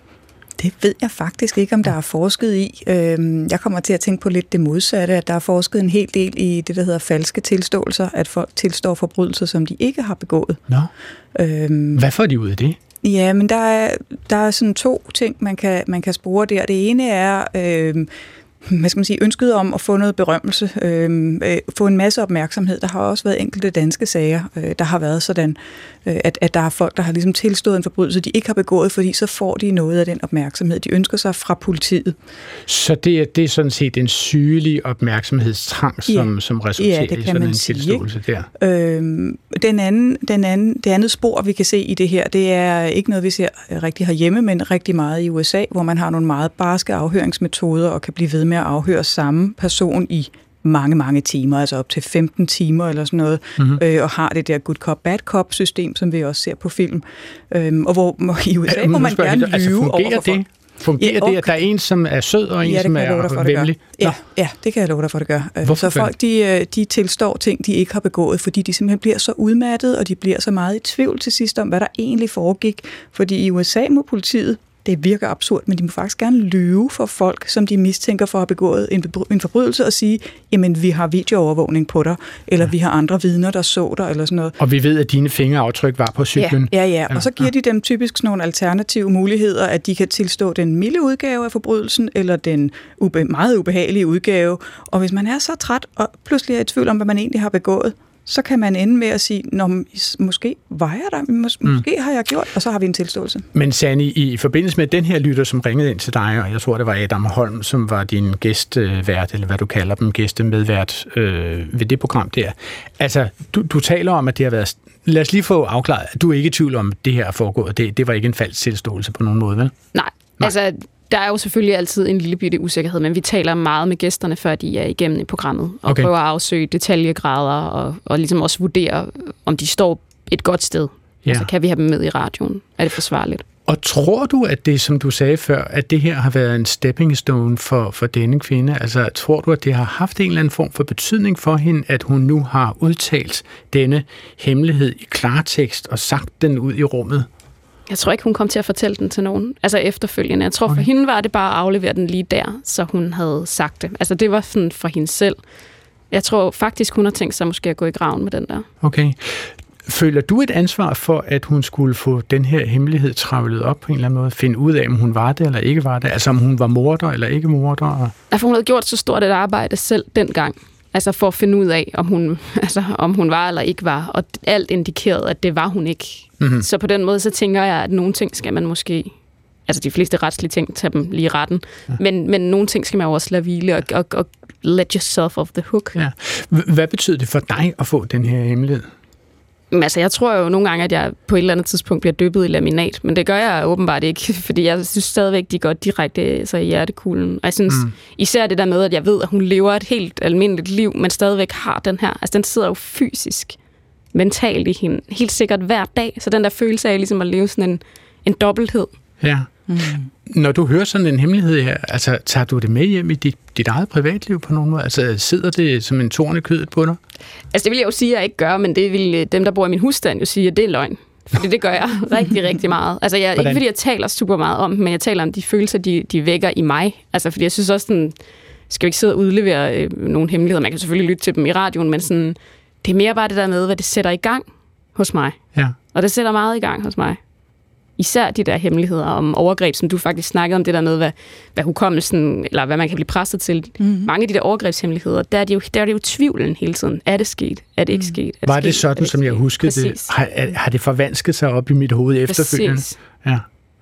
Det ved jeg faktisk ikke, om der er forsket i. Jeg kommer til at tænke på lidt det modsatte, at der er forsket en hel del i det, der hedder falske tilståelser, at folk tilstår forbrydelser, som de ikke har begået. Nå. Øhm, Hvad får de ud af det? Ja, men der er, der er sådan to ting, man kan, man kan spore der. Det ene er øh, hvad skal man sige, ønsket om at få noget berømmelse, øh, øh, få en masse opmærksomhed. Der har også været enkelte danske sager, øh, der har været sådan, øh, at, at der er folk, der har ligesom tilstået en forbrydelse, de ikke har begået, fordi så får de noget af den opmærksomhed, de ønsker sig fra politiet. Så det er, det er sådan set en sygelig opmærksomhedstrang, som, ja. som resulterer ja, i sådan en sige, tilståelse der? Øh, den anden, den anden, det andet spor, vi kan se i det her, det er ikke noget, vi ser rigtig herhjemme, men rigtig meget i U S A, hvor man har nogle meget barske afhøringsmetoder og kan blive ved med at afhøre samme person i mange, mange timer, altså op til femten timer eller sådan noget, mm-hmm. øh, og har det der good cop, bad cop system, som vi også ser på film. Øhm, og hvor i U S A ja, må man gerne lyve altså, over for folk. Fungerer ja, okay. det, at der er en, som er sød, og en, ja, som er væmmelig? Ja, ja, det kan jeg love dig for, det gør. Hvorfor så folk, de, de tilstår ting, de ikke har begået, fordi de simpelthen bliver så udmattede, og de bliver så meget i tvivl til sidst om, hvad der egentlig foregik. Fordi i U S A må politiet, det virker absurd, men de må faktisk gerne lyve for folk, som de mistænker for at have begået en, en forbrydelse, og sige, jamen, vi har videoovervågning på dig, eller ja. vi har andre vidner, der så dig, eller sådan noget. Og vi ved, at dine fingeraftryk var på cyklen. Ja, ja, ja. Og så giver de dem typisk sådan nogle alternative muligheder, at de kan tilstå den milde udgave af forbrydelsen, eller den ube, meget ubehagelige udgave. Og hvis man er så træt, og pludselig er i tvivl om, hvad man egentlig har begået, så kan man ende med at sige, Nå, måske var jeg der, mås- mm. måske har jeg gjort, og så har vi en tilståelse. Men Sanni, i forbindelse med den her lytter, som ringede ind til dig, og jeg tror, det var Adam Holm, som var din gæstvært, eller hvad du kalder dem, gæstemedvært øh, ved det program der. Altså, du, du taler om, at det har været... Lad os lige få afklaret, at du er ikke i tvivl om, at det her er foregået. Det, det var ikke en falsk tilståelse på nogen måde, vel? Nej, Nej. altså... Der er jo selvfølgelig altid en lille bitte usikkerhed, men vi taler meget med gæsterne, før de er igennem i programmet, og okay. prøver at afsøge detaljegrader, og, og ligesom også vurdere, om de står et godt sted. Ja. Altså, kan vi have dem med i radioen? Er det forsvarligt? Og tror du, at det, som du sagde før, at det her har været en stepping stone for, for denne kvinde? Altså, tror du, at det har haft en eller anden form for betydning for hende, at hun nu har udtalt denne hemmelighed i klartekst og sagt den ud i rummet? Jeg tror ikke, hun kom til at fortælle den til nogen. Altså efterfølgende. Jeg tror, for okay. hende var det bare at aflevere den lige der, så hun havde sagt det. Altså det var sådan for hende selv. Jeg tror faktisk, hun har tænkt sig måske at gå i graven med den der. Okay. Føler du et ansvar for, at hun skulle få den her hemmelighed travlet op på en eller anden måde? Finde ud af, om hun var det eller ikke var det? Altså om hun var morder eller ikke morder? Ja, for hun havde gjort så stort et arbejde selv dengang. Altså for at finde ud af, om hun, altså, om hun var eller ikke var. Og alt indikerede, at det var hun ikke. Mm-hmm. Så på den måde, så tænker jeg, at nogle ting skal man måske... Altså de fleste retslige ting, tage dem lige i retten. Ja. Men, men nogle ting skal man jo også lade hvile og, og, og let yourself off the hook. Ja. Hvad betyder det for dig at få den her hemmelighed? Altså, jeg tror jo nogle gange, at jeg på et eller andet tidspunkt bliver dyppet i laminat, men det gør jeg åbenbart ikke, fordi jeg synes stadigvæk, de går direkte så i hjertekuglen. Og jeg synes mm. især det der med, at jeg ved, at hun lever et helt almindeligt liv, men stadigvæk har den her. Altså, den sidder jo fysisk, mentalt i hende, helt sikkert hver dag. Så den der følelse af ligesom at leve sådan en, en dobbelthed. Ja. Mm. Når du hører sådan en hemmelighed her, altså tager du det med hjem i dit, dit eget privatliv på nogen måde? Altså sidder det som en torn i kødet på dig? Altså det vil jeg jo sige, at jeg ikke gør, men det vil dem, der bor i min husstand, jo sige, at det er løgn. Fordi det gør jeg rigtig, rigtig meget. Altså jeg, ikke fordi jeg taler super meget om men jeg taler om de følelser, de, de vækker i mig. Altså fordi jeg synes også, sådan, skal jo ikke sidde og udlevere øh, nogle hemmeligheder. Man kan selvfølgelig lytte til dem i radioen, men sådan, det er mere bare det der med, hvad det sætter i gang hos mig. Ja. Og det sætter meget i gang hos mig. Især de der hemmeligheder om overgreb, som du faktisk snakkede om, det der med, hvad, hvad hukommelsen, eller hvad man kan blive presset til. Mm-hmm. Mange af de der overgrebshemmeligheder, der er, det jo, der er det jo tvivlen hele tiden. Er det sket? Er det ikke sket? Er det Var sket? det sådan, det som jeg huskede det? Har, har det forvansket sig op i mit hoved efterfølgende? Præcis. Ja.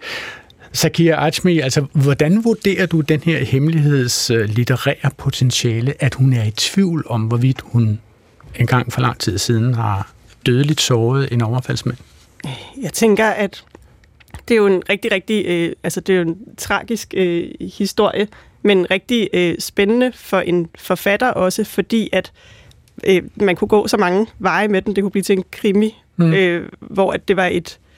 Zakir Ajmi, altså, hvordan vurderer du den her hemmeligheds litterære potentiale, at hun er i tvivl om, hvorvidt hun engang for lang tid siden har dødeligt såret en overfaldsmand? Jeg tænker, at det er jo en rigtig, rigtig, øh, altså det er jo en tragisk øh, historie, men rigtig øh, spændende for en forfatter også, fordi at øh, man kunne gå så mange veje med den. Det kunne blive til en krimi, mm. øh, hvor at det var et,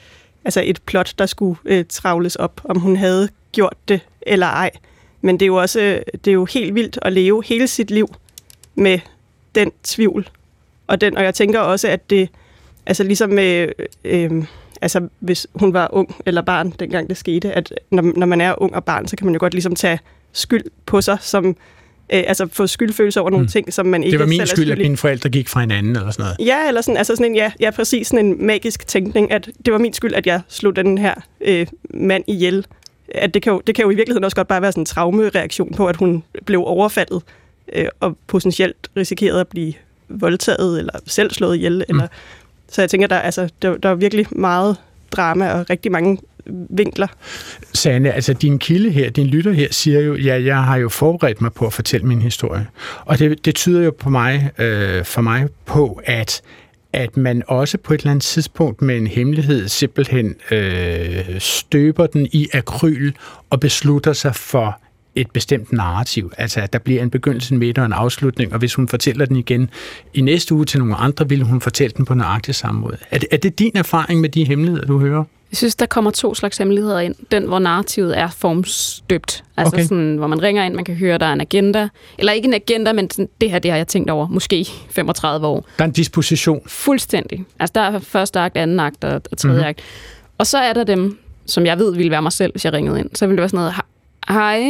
altså et plot, der skulle øh, travles op, om hun havde gjort det eller ej. Men det er jo også det er jo helt vildt at leve hele sit liv med den tvivl. Og, den, og jeg tænker også, at det, altså ligesom med, øh, altså hvis hun var ung eller barn, dengang det skete, at når, når man er ung og barn, så kan man jo godt ligesom tage skyld på sig, som, øh, altså få skyldfølelse over nogle mm. ting, som man ikke selv er Det var min skyld, at mine forældre gik fra hinanden, eller sådan noget. Ja, eller sådan, altså sådan en, ja, ja, præcis sådan en magisk tænkning, at det var min skyld, at jeg slog den her øh, mand ihjel. At det kan, jo, det kan jo i virkeligheden også godt bare være sådan en traumereaktion på, at hun blev overfaldet øh, og potentielt risikerede at blive voldtaget eller selv slået ihjel. Mm. Eller, så jeg tænker, der, altså, der, der er virkelig meget drama og rigtig mange vinkler. Sanne, altså din kilde her, din lytter her, siger jo, ja, jeg har jo forberedt mig på at fortælle min historie. Og det, det tyder jo på mig, øh, for mig på, at at man også på et eller andet tidspunkt med en hemmelighed simpelthen øh, støber den i akryl og beslutter sig for et bestemt narrativ. Altså, at der bliver en begyndelse, en midt og en afslutning, og hvis hun fortæller den igen i næste uge til nogle andre, vil hun fortælle den på nøjagtig samme måde. Er det, er det din erfaring med de hemmeligheder, du hører? Jeg synes, der kommer to slags hemmeligheder ind. Den, hvor narrativet er formstøbt. Altså okay. sådan, hvor man ringer ind, man kan høre, der er en agenda. Eller ikke en agenda, men sådan, det her, det har jeg tænkt over. Måske femogtredive år. Der er en disposition. Fuldstændig. Altså, der er første akt, anden akt og, og tredje mm-hmm. akt. Og så er der dem, som jeg ved ville være mig selv, hvis jeg ringede ind. Så ville det være sådan noget, hej,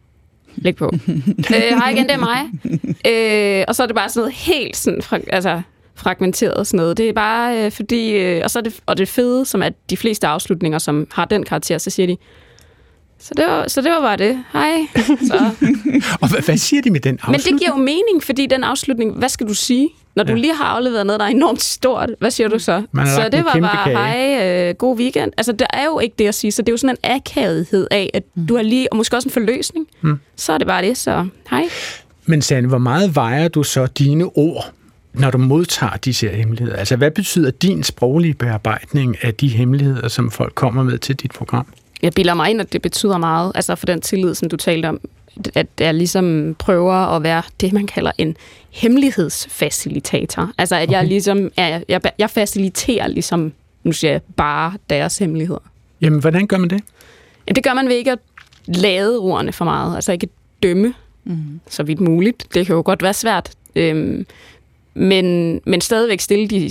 læg på. øh, hej igen, det er mig. øh, og så er det bare sådan noget helt sådan, fra, altså... fragmenteret sådan noget. Det er bare øh, fordi, øh, og så er det, og det fede, som er de fleste afslutninger, som har den karakter, så siger de, så det var, så det var bare det. Hej. Så. Og hvad, hvad siger de med den afslutning? Men det giver jo mening, fordi den afslutning, hvad skal du sige? Når du ja. lige har afleveret noget, der er enormt stort, hvad siger du så? Så det var bare, kage. hej, øh, god weekend. Altså, der er jo ikke det at sige, så det er jo sådan en akavethed af, at mm. du har lige, og måske også en forløsning. Mm. Så er det bare det, så hej. Men Sanne, hvor meget vejer du så dine ord, når du modtager disse hemmeligheder? Altså, hvad betyder din sproglige bearbejdning af de hemmeligheder, som folk kommer med til dit program? Jeg bilder mig ind, at det betyder meget, altså for den tillid, som du talte om, at jeg ligesom prøver at være det, man kalder en hemmelighedsfacilitator. Altså, at okay. jeg ligesom, er, jeg, jeg faciliterer ligesom, nu siger jeg, bare deres hemmeligheder. Jamen, hvordan gør man det? Ja, det gør man ved ikke at lade ordene for meget, altså ikke dømme, mm. så vidt muligt. Det kan jo godt være svært, øhm, Men, men stadigvæk stille de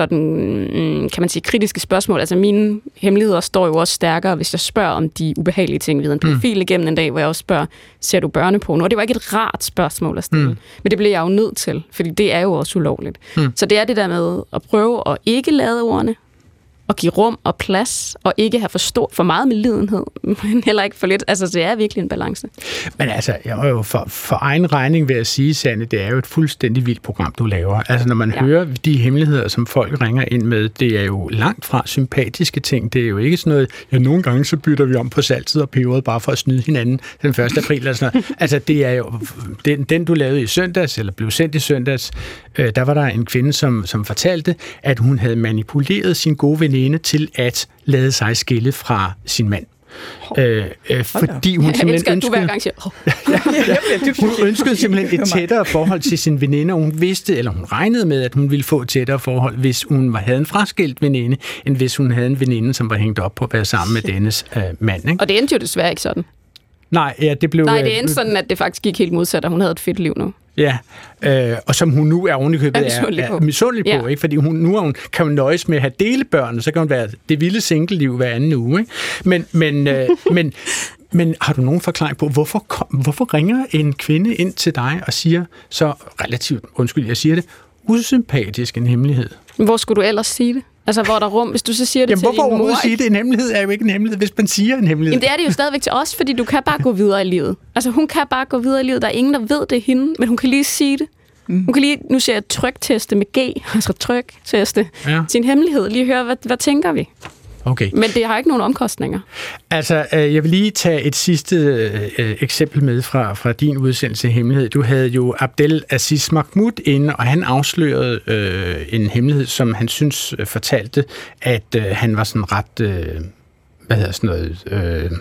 sådan, kan man sige, kritiske spørgsmål. Altså mine hemmeligheder står jo også stærkere, hvis jeg spørger om de ubehagelige ting ved en pædofil mm. igennem en dag, hvor jeg også spørger, ser du børneporno? Og det var ikke et rart spørgsmål at stille, mm. men det bliver jeg jo nødt til, fordi det er jo også ulovligt. Mm. Så det er det der med at prøve at ikke lade ordene, og give rum og plads, og ikke have for, stor, for meget medlidenhed, men heller ikke for lidt. Altså, det er virkelig en balance. Men altså, jeg er jo for, for egen regning ved at sige, Sanne, det er jo et fuldstændig vildt program, du laver. Altså, når man ja. hører de hemmeligheder, som folk ringer ind med, det er jo langt fra sympatiske ting. Det er jo ikke sådan noget, ja, nogle gange så bytter vi om på saltet og peberet bare for at snyde hinanden den første april eller sådan noget. Altså, det er jo, den, den du lavede i søndags, eller blev sendt i søndags, øh, der var der en kvinde, som, som fortalte, at hun havde manipuleret sin gode veninde til at lade sig skille fra sin mand. Øh, øh, fordi hun simpelthen elsker, ønskede, du ja, ja, hun ønskede simpelthen et tættere forhold til sin veninde, og hun vidste, eller hun regnede med, at hun ville få et tættere forhold, hvis hun havde en fraskilt veninde, end hvis hun havde en veninde, som var hængt op på at være sammen med dennes øh, mand. Ikke? Og det endte jo desværre ikke sådan. Nej, ja, det blev... Nej, det endte sådan, at det faktisk gik helt modsat, og hun havde et fedt liv nu. Ja, øh, og som hun nu er ovenikøbet er, er misundelig på, ja. ikke? Fordi hun, nu er hun, kan hun nøjes med at have delebørn, og så kan hun være det vilde single-liv hver anden uge. Ikke? Men, men, øh, men, men har du nogen forklaring på, hvorfor, hvorfor ringer en kvinde ind til dig og siger så relativt, undskyld, jeg siger det, usympatisk en hemmelighed? Hvor skulle du ellers sige det? Altså, hvor der er rum, hvis du så siger det Jamen, til din mor... hvorfor overhovedet sige det? En hemmelighed er jo ikke en hemmelighed, hvis man siger en hemmelighed. Jamen, det er det jo stadigvæk til os, fordi du kan bare gå videre i livet. Altså, hun kan bare gå videre i livet. Der er ingen, der ved det hende, men hun kan lige sige det. Mm. Hun kan lige, nu siger jeg trykteste med G, altså trykteste ja. sin hemmelighed. Lige høre, hvad, hvad tænker vi? Okay. Men det har ikke nogen omkostninger. Altså, øh, jeg vil lige tage et sidste øh, eksempel med fra, fra din udsendelse Hemmelighed. Du havde jo Abdel Aziz Mahmoud inde, og han afslørede øh, en hemmelighed, som han synes øh, fortalte, at øh, han var sådan ret, øh, hvad hedder sådan noget, øh,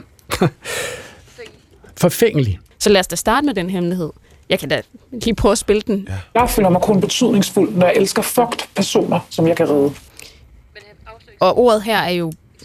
forfængelig. Så lad os da starte med den hemmelighed. Jeg kan da lige prøve at spille den. Ja. Jeg føler mig kun betydningsfuld, når jeg elsker fucked personer, som jeg kan redde. Og ordet her er jo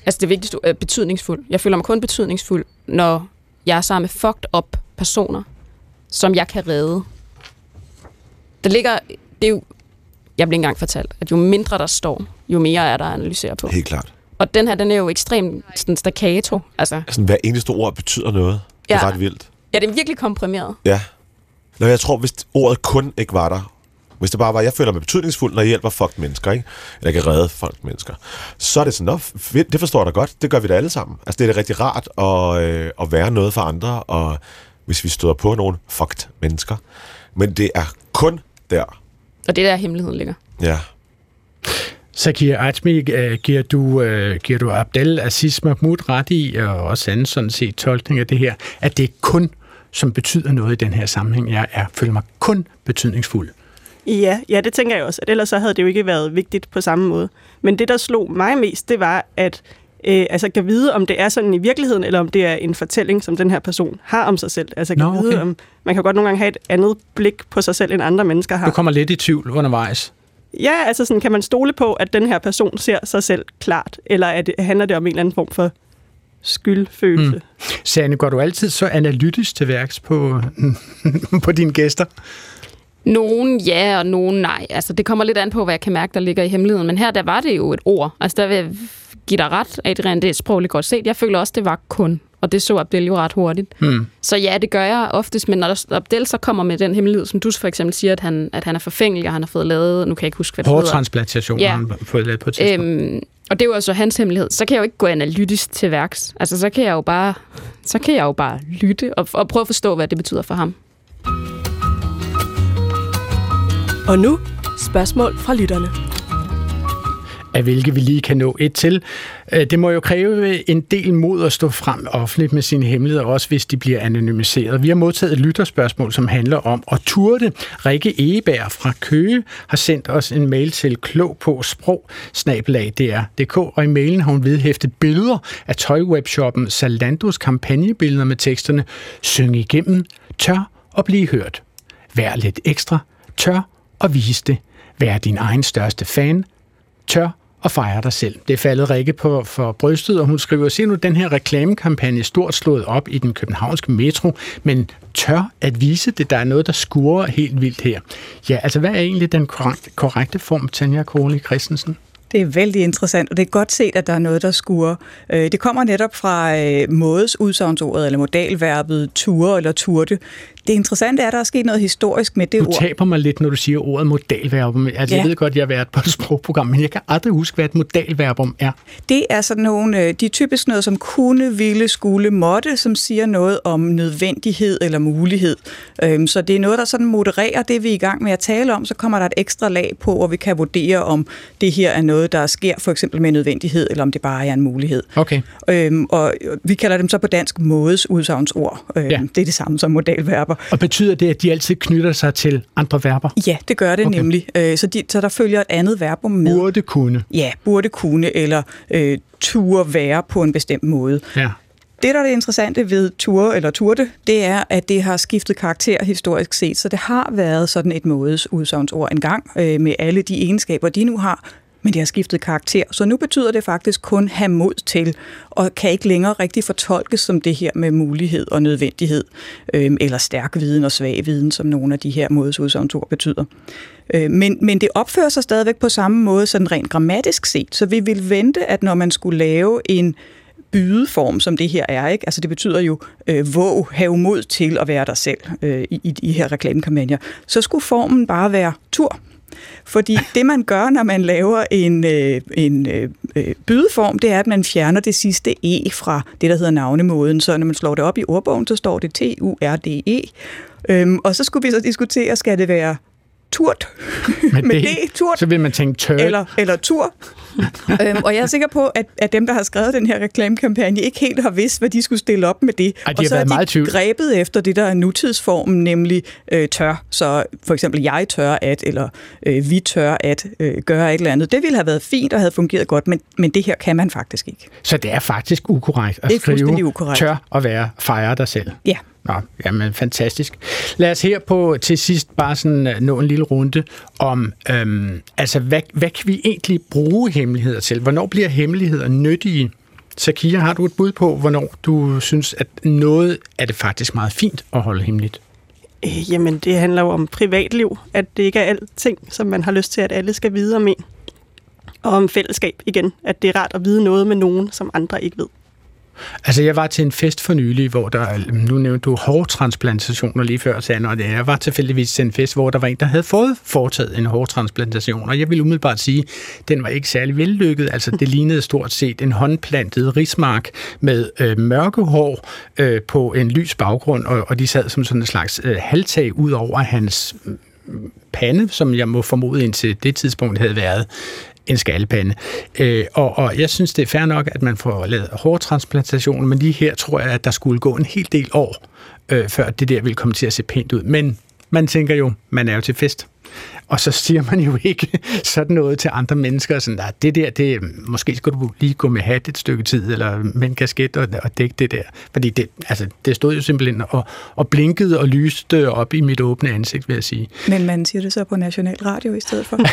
Altså det vigtigste er betydningsfuld. Jeg føler mig kun betydningsfuld, når jeg er sammen med fucked up personer, som jeg kan redde. Der ligger, det er jo, jeg blev ikke engang fortalt, at jo mindre der står, jo mere er der at analysere på. Helt klart. Og den her, den er jo ekstremt sådan staccato. Altså. Sådan, hver eneste ord betyder noget. Det er Ja. ret vildt. Ja, det er virkelig komprimeret. Ja. Nå, jeg tror, hvis ordet kun ikke var der, hvis det bare var, jeg føler mig betydningsfuld, når jeg hjælper fucked mennesker, ikke? Eller jeg kan redde fucked mennesker, så er det sådan, fedt, det forstår jeg da godt, det gør vi da alle sammen. Altså, det er da rigtig rart at, øh, at være noget for andre, og hvis vi støder på nogle fucked mennesker. Men det er kun der. Og det er der hemmeligheden ligger. Ja. Zakir Ajmi, uh, giver du, uh, giver du Abdel Aziz Mahmoud ret i, og også anden sådan set tolkning af det her, at det er kun, som betyder noget i den her sammenhæng. Jeg er, føler mig kun betydningsfuld. Ja, ja, det tænker jeg også, at ellers så havde det jo ikke været vigtigt på samme måde. Men det, der slog mig mest, det var, at øh, altså, kan vide, om det er sådan i virkeligheden, eller om det er en fortælling, som den her person har om sig selv. Altså kan Nå, okay. vide, om man kan godt nogle gange have et andet blik på sig selv, end andre mennesker har. Du kommer lidt i tvivl undervejs. Ja, altså sådan, kan man stole på, at den her person ser sig selv klart, eller er det, handler det om en eller anden form for skyldfølelse? Mm. Sanne, går du altid så analytisk til værks på, på dine gæster? Nogen ja, og nogen nej. Altså, det kommer lidt an på, hvad jeg kan mærke, der ligger i hemmeligheden. Men her, der var det jo et ord. Altså, der vil jeg give dig ret, Adrian, det er sprogligt godt set. Jeg føler også, det var kun. Og det så Abdel jo ret hurtigt. Hmm. Så ja, det gør jeg oftest, men når Abdel så kommer med den hemmelighed, som du for eksempel siger, at han, at han er forfængelig, og han har fået lavet, nu kan jeg ikke huske, hvad det hedder. Hårtransplantation ja. har han fået lavet på et tidspunkt. Øhm, og det er jo altså hans hemmelighed. Så kan jeg jo ikke gå analytisk til værks. Altså, så kan jeg jo bare, så kan jeg jo bare lytte og, og prøve at forstå, hvad det betyder for ham. Og nu spørgsmål fra lytterne. Af hvilke vi lige kan nå et til. Det må jo kræve en del mod at stå frem offentligt med sine hemmeligheder, også hvis de bliver anonymiseret. Vi har modtaget et lytterspørgsmål, som handler om at turde. Rikke Egeberg fra Køge har sendt os en mail til klog på sprog snabel-a d r punktum d k, og i mailen har hun vedhæftet billeder af tøjwebshoppen Zalandos kampagnebilleder med teksterne "Syng igennem, tør og blive hørt. Vær lidt ekstra, tør og vise det. Vær din egen største fan, tør og fejre dig selv." Det er faldet Rikke på for brystet, og hun skriver, se nu, den her reklamekampagne stort slået op i den københavnske metro, men tør at vise det, der er noget, der skurer helt vildt her. Ja, altså hvad er egentlig den korrekte, korrekte form, Tanja Koly Christensen? Det er vældig interessant, og det er godt set, at der er noget, der skurer. Det kommer netop fra mådesudsagnordet, eller modalverbet ture eller turte. Det interessante er, at der er sket noget historisk med det du ord. Du taber mig lidt, når du siger ordet modalverbum. Altså, ja. Jeg ved godt, at jeg har været på et sprogprogram, men jeg kan aldrig huske, hvad et modalverbum er. Det er sådan nogle, de er typisk noget som kunne, ville, skulle, måtte, som siger noget om nødvendighed eller mulighed. Så det er noget, der sådan modererer det, vi er i gang med at tale om. Så kommer der et ekstra lag på, hvor vi kan vurdere, om det her er noget, der sker for eksempel med nødvendighed, eller om det bare er en mulighed. Okay. Og vi kalder dem så på dansk mådesudsagnsord. Ja. Det er det samme som modalverber. Og betyder det, at de altid knytter sig til andre verber? Ja, det gør det okay. nemlig. Så, de, så der følger et andet verbum med. Burde kunne. Ja, burde kunne, eller øh, turde være på en bestemt måde. Ja. Det, der er det interessante ved ture eller turte, det er, at det har skiftet karakter historisk set. Så det har været sådan et mådesudsagnsord engang, øh, med alle de egenskaber, de nu har, men det har skiftet karakter. Så nu betyder det faktisk kun have mod til, og kan ikke længere rigtig fortolkes som det her med mulighed og nødvendighed, øh, eller stærk viden og svag viden, som nogle af de her mådesudsagnsord betyder. Øh, men, men det opfører sig stadigvæk på samme måde, sådan rent grammatisk set. Så vi vil vente, at når man skulle lave en bydeform, som det her er, ikke? Altså det betyder jo øh, våg, have mod til at være dig selv øh, i, i de her reklamekampagner, så skulle formen bare være tur. Fordi det, man gør, når man laver en, øh, en øh, bydeform, det er, at man fjerner det sidste e fra det, der hedder navnemåden. Så når man slår det op i ordbogen, så står det T U R D E. Øhm, og så skulle vi så diskutere, skal det være turt med, med det, det, turt, så vil man tænke tør. Eller, eller tur. øhm, og jeg er sikker på, at, at dem, der har skrevet den her reklamekampagne, ikke helt har vidst, hvad de skulle stille op med det. Ej, de og så har er de tvivl. grebet efter det, der er nutidsformen, nemlig øh, tør. Så for eksempel, jeg tør at, eller øh, vi tør at øh, gøre et eller andet. Det ville have været fint og havde fungeret godt, men, men det her kan man faktisk ikke. Så det er faktisk ukorrekt at det er skrive ukorrekt. Tør at være fejre dig selv. Ja. Nå, jamen fantastisk. Lad os her på til sidst bare sådan nå en lille runde om, øhm, altså hvad, hvad kan vi egentlig bruge hemmeligheder til? Hvornår bliver hemmeligheder nyttige? Zakiya, har du et bud på, hvornår du synes, at noget er det faktisk meget fint at holde hemmeligt? Øh, jamen, det handler jo om privatliv, at det ikke er alting, som man har lyst til, at alle skal vide om en. Og om fællesskab igen, at det er rart at vide noget med nogen, som andre ikke ved. Altså, jeg var til en fest for nylig, hvor der, nu nævnte du hårtransplantationer lige før, Sande, og det, jeg var tilfældigvis til en fest, hvor der var en, der havde fået foretaget en hårtransplantation, og jeg vil umiddelbart sige, at den var ikke særlig vellykket. Altså, det lignede stort set en håndplantet rismark med øh, mørke hår øh, på en lys baggrund, og, og de sad som sådan en slags øh, halvtag ud over hans øh, pande, som jeg må formode indtil det tidspunkt havde været en skalpande. Øh, og, og jeg synes, det er fair nok, at man får lavet hårtransplantationer, men lige her tror jeg, at der skulle gå en hel del år, øh, før det der ville komme til at se pænt ud. Men man tænker jo, man er jo til fest. Og så siger man jo ikke sådan noget til andre mennesker, sådan, at det der, det, måske skulle du lige gå med hat et stykke tid, eller med en kasket og, og dække det der. Fordi det, altså, det stod jo simpelthen og, og blinkede og lyste op i mit åbne ansigt, vil jeg sige. Men man siger det så på national radio i stedet for?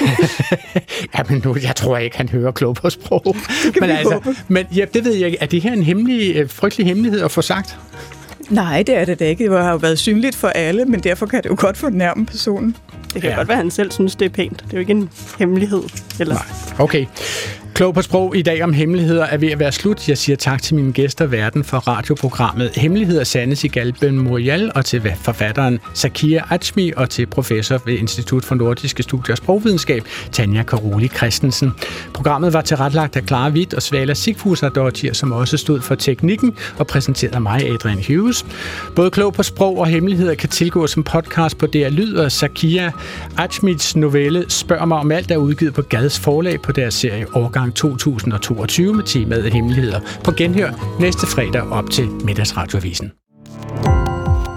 Jamen nu, jeg tror ikke, han hører klog på sprog. Men, altså, men ja, det ved jeg ikke. Er det her en hemmelig, frygtelig hemmelighed at få sagt? Nej, det er det da ikke. Det har jo været synligt for alle, men derfor kan det jo godt fornærme personen. Det kan Ja. godt være, at han selv synes, det er pænt. Det er jo ikke en hemmelighed. Eller... Nej. Okay. Klog på sprog i dag om hemmeligheder er ved at være slut. Jeg siger tak til mine gæster verden for radioprogrammet Hemmeligheder Sandes i Galben Muriel, og til forfatteren Zakiya Ajmi, og til professor ved Institut for Nordiske Studier og Sprogvidenskab, Tanja Karoli Christensen. Programmet var tilrettelagt af Clara Hvidt og Svala Sigfusardottir, som også stod for teknikken og præsenterede mig, Adrian Hughes. Både Klog på sprog og hemmeligheder kan tilgås som podcast på D R Lyd, og Zakiya Ajmis novelle Spørg mig om alt er udgivet på Gads Forlag på deres serie Årgang to tusind toogtyve med temaet hemmeligheder. På genhør næste fredag op til Middagsradioavisen.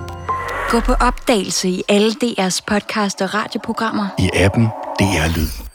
Gå på opdagelse i alle D R's podcast og radioprogrammer. I appen D R Lyd.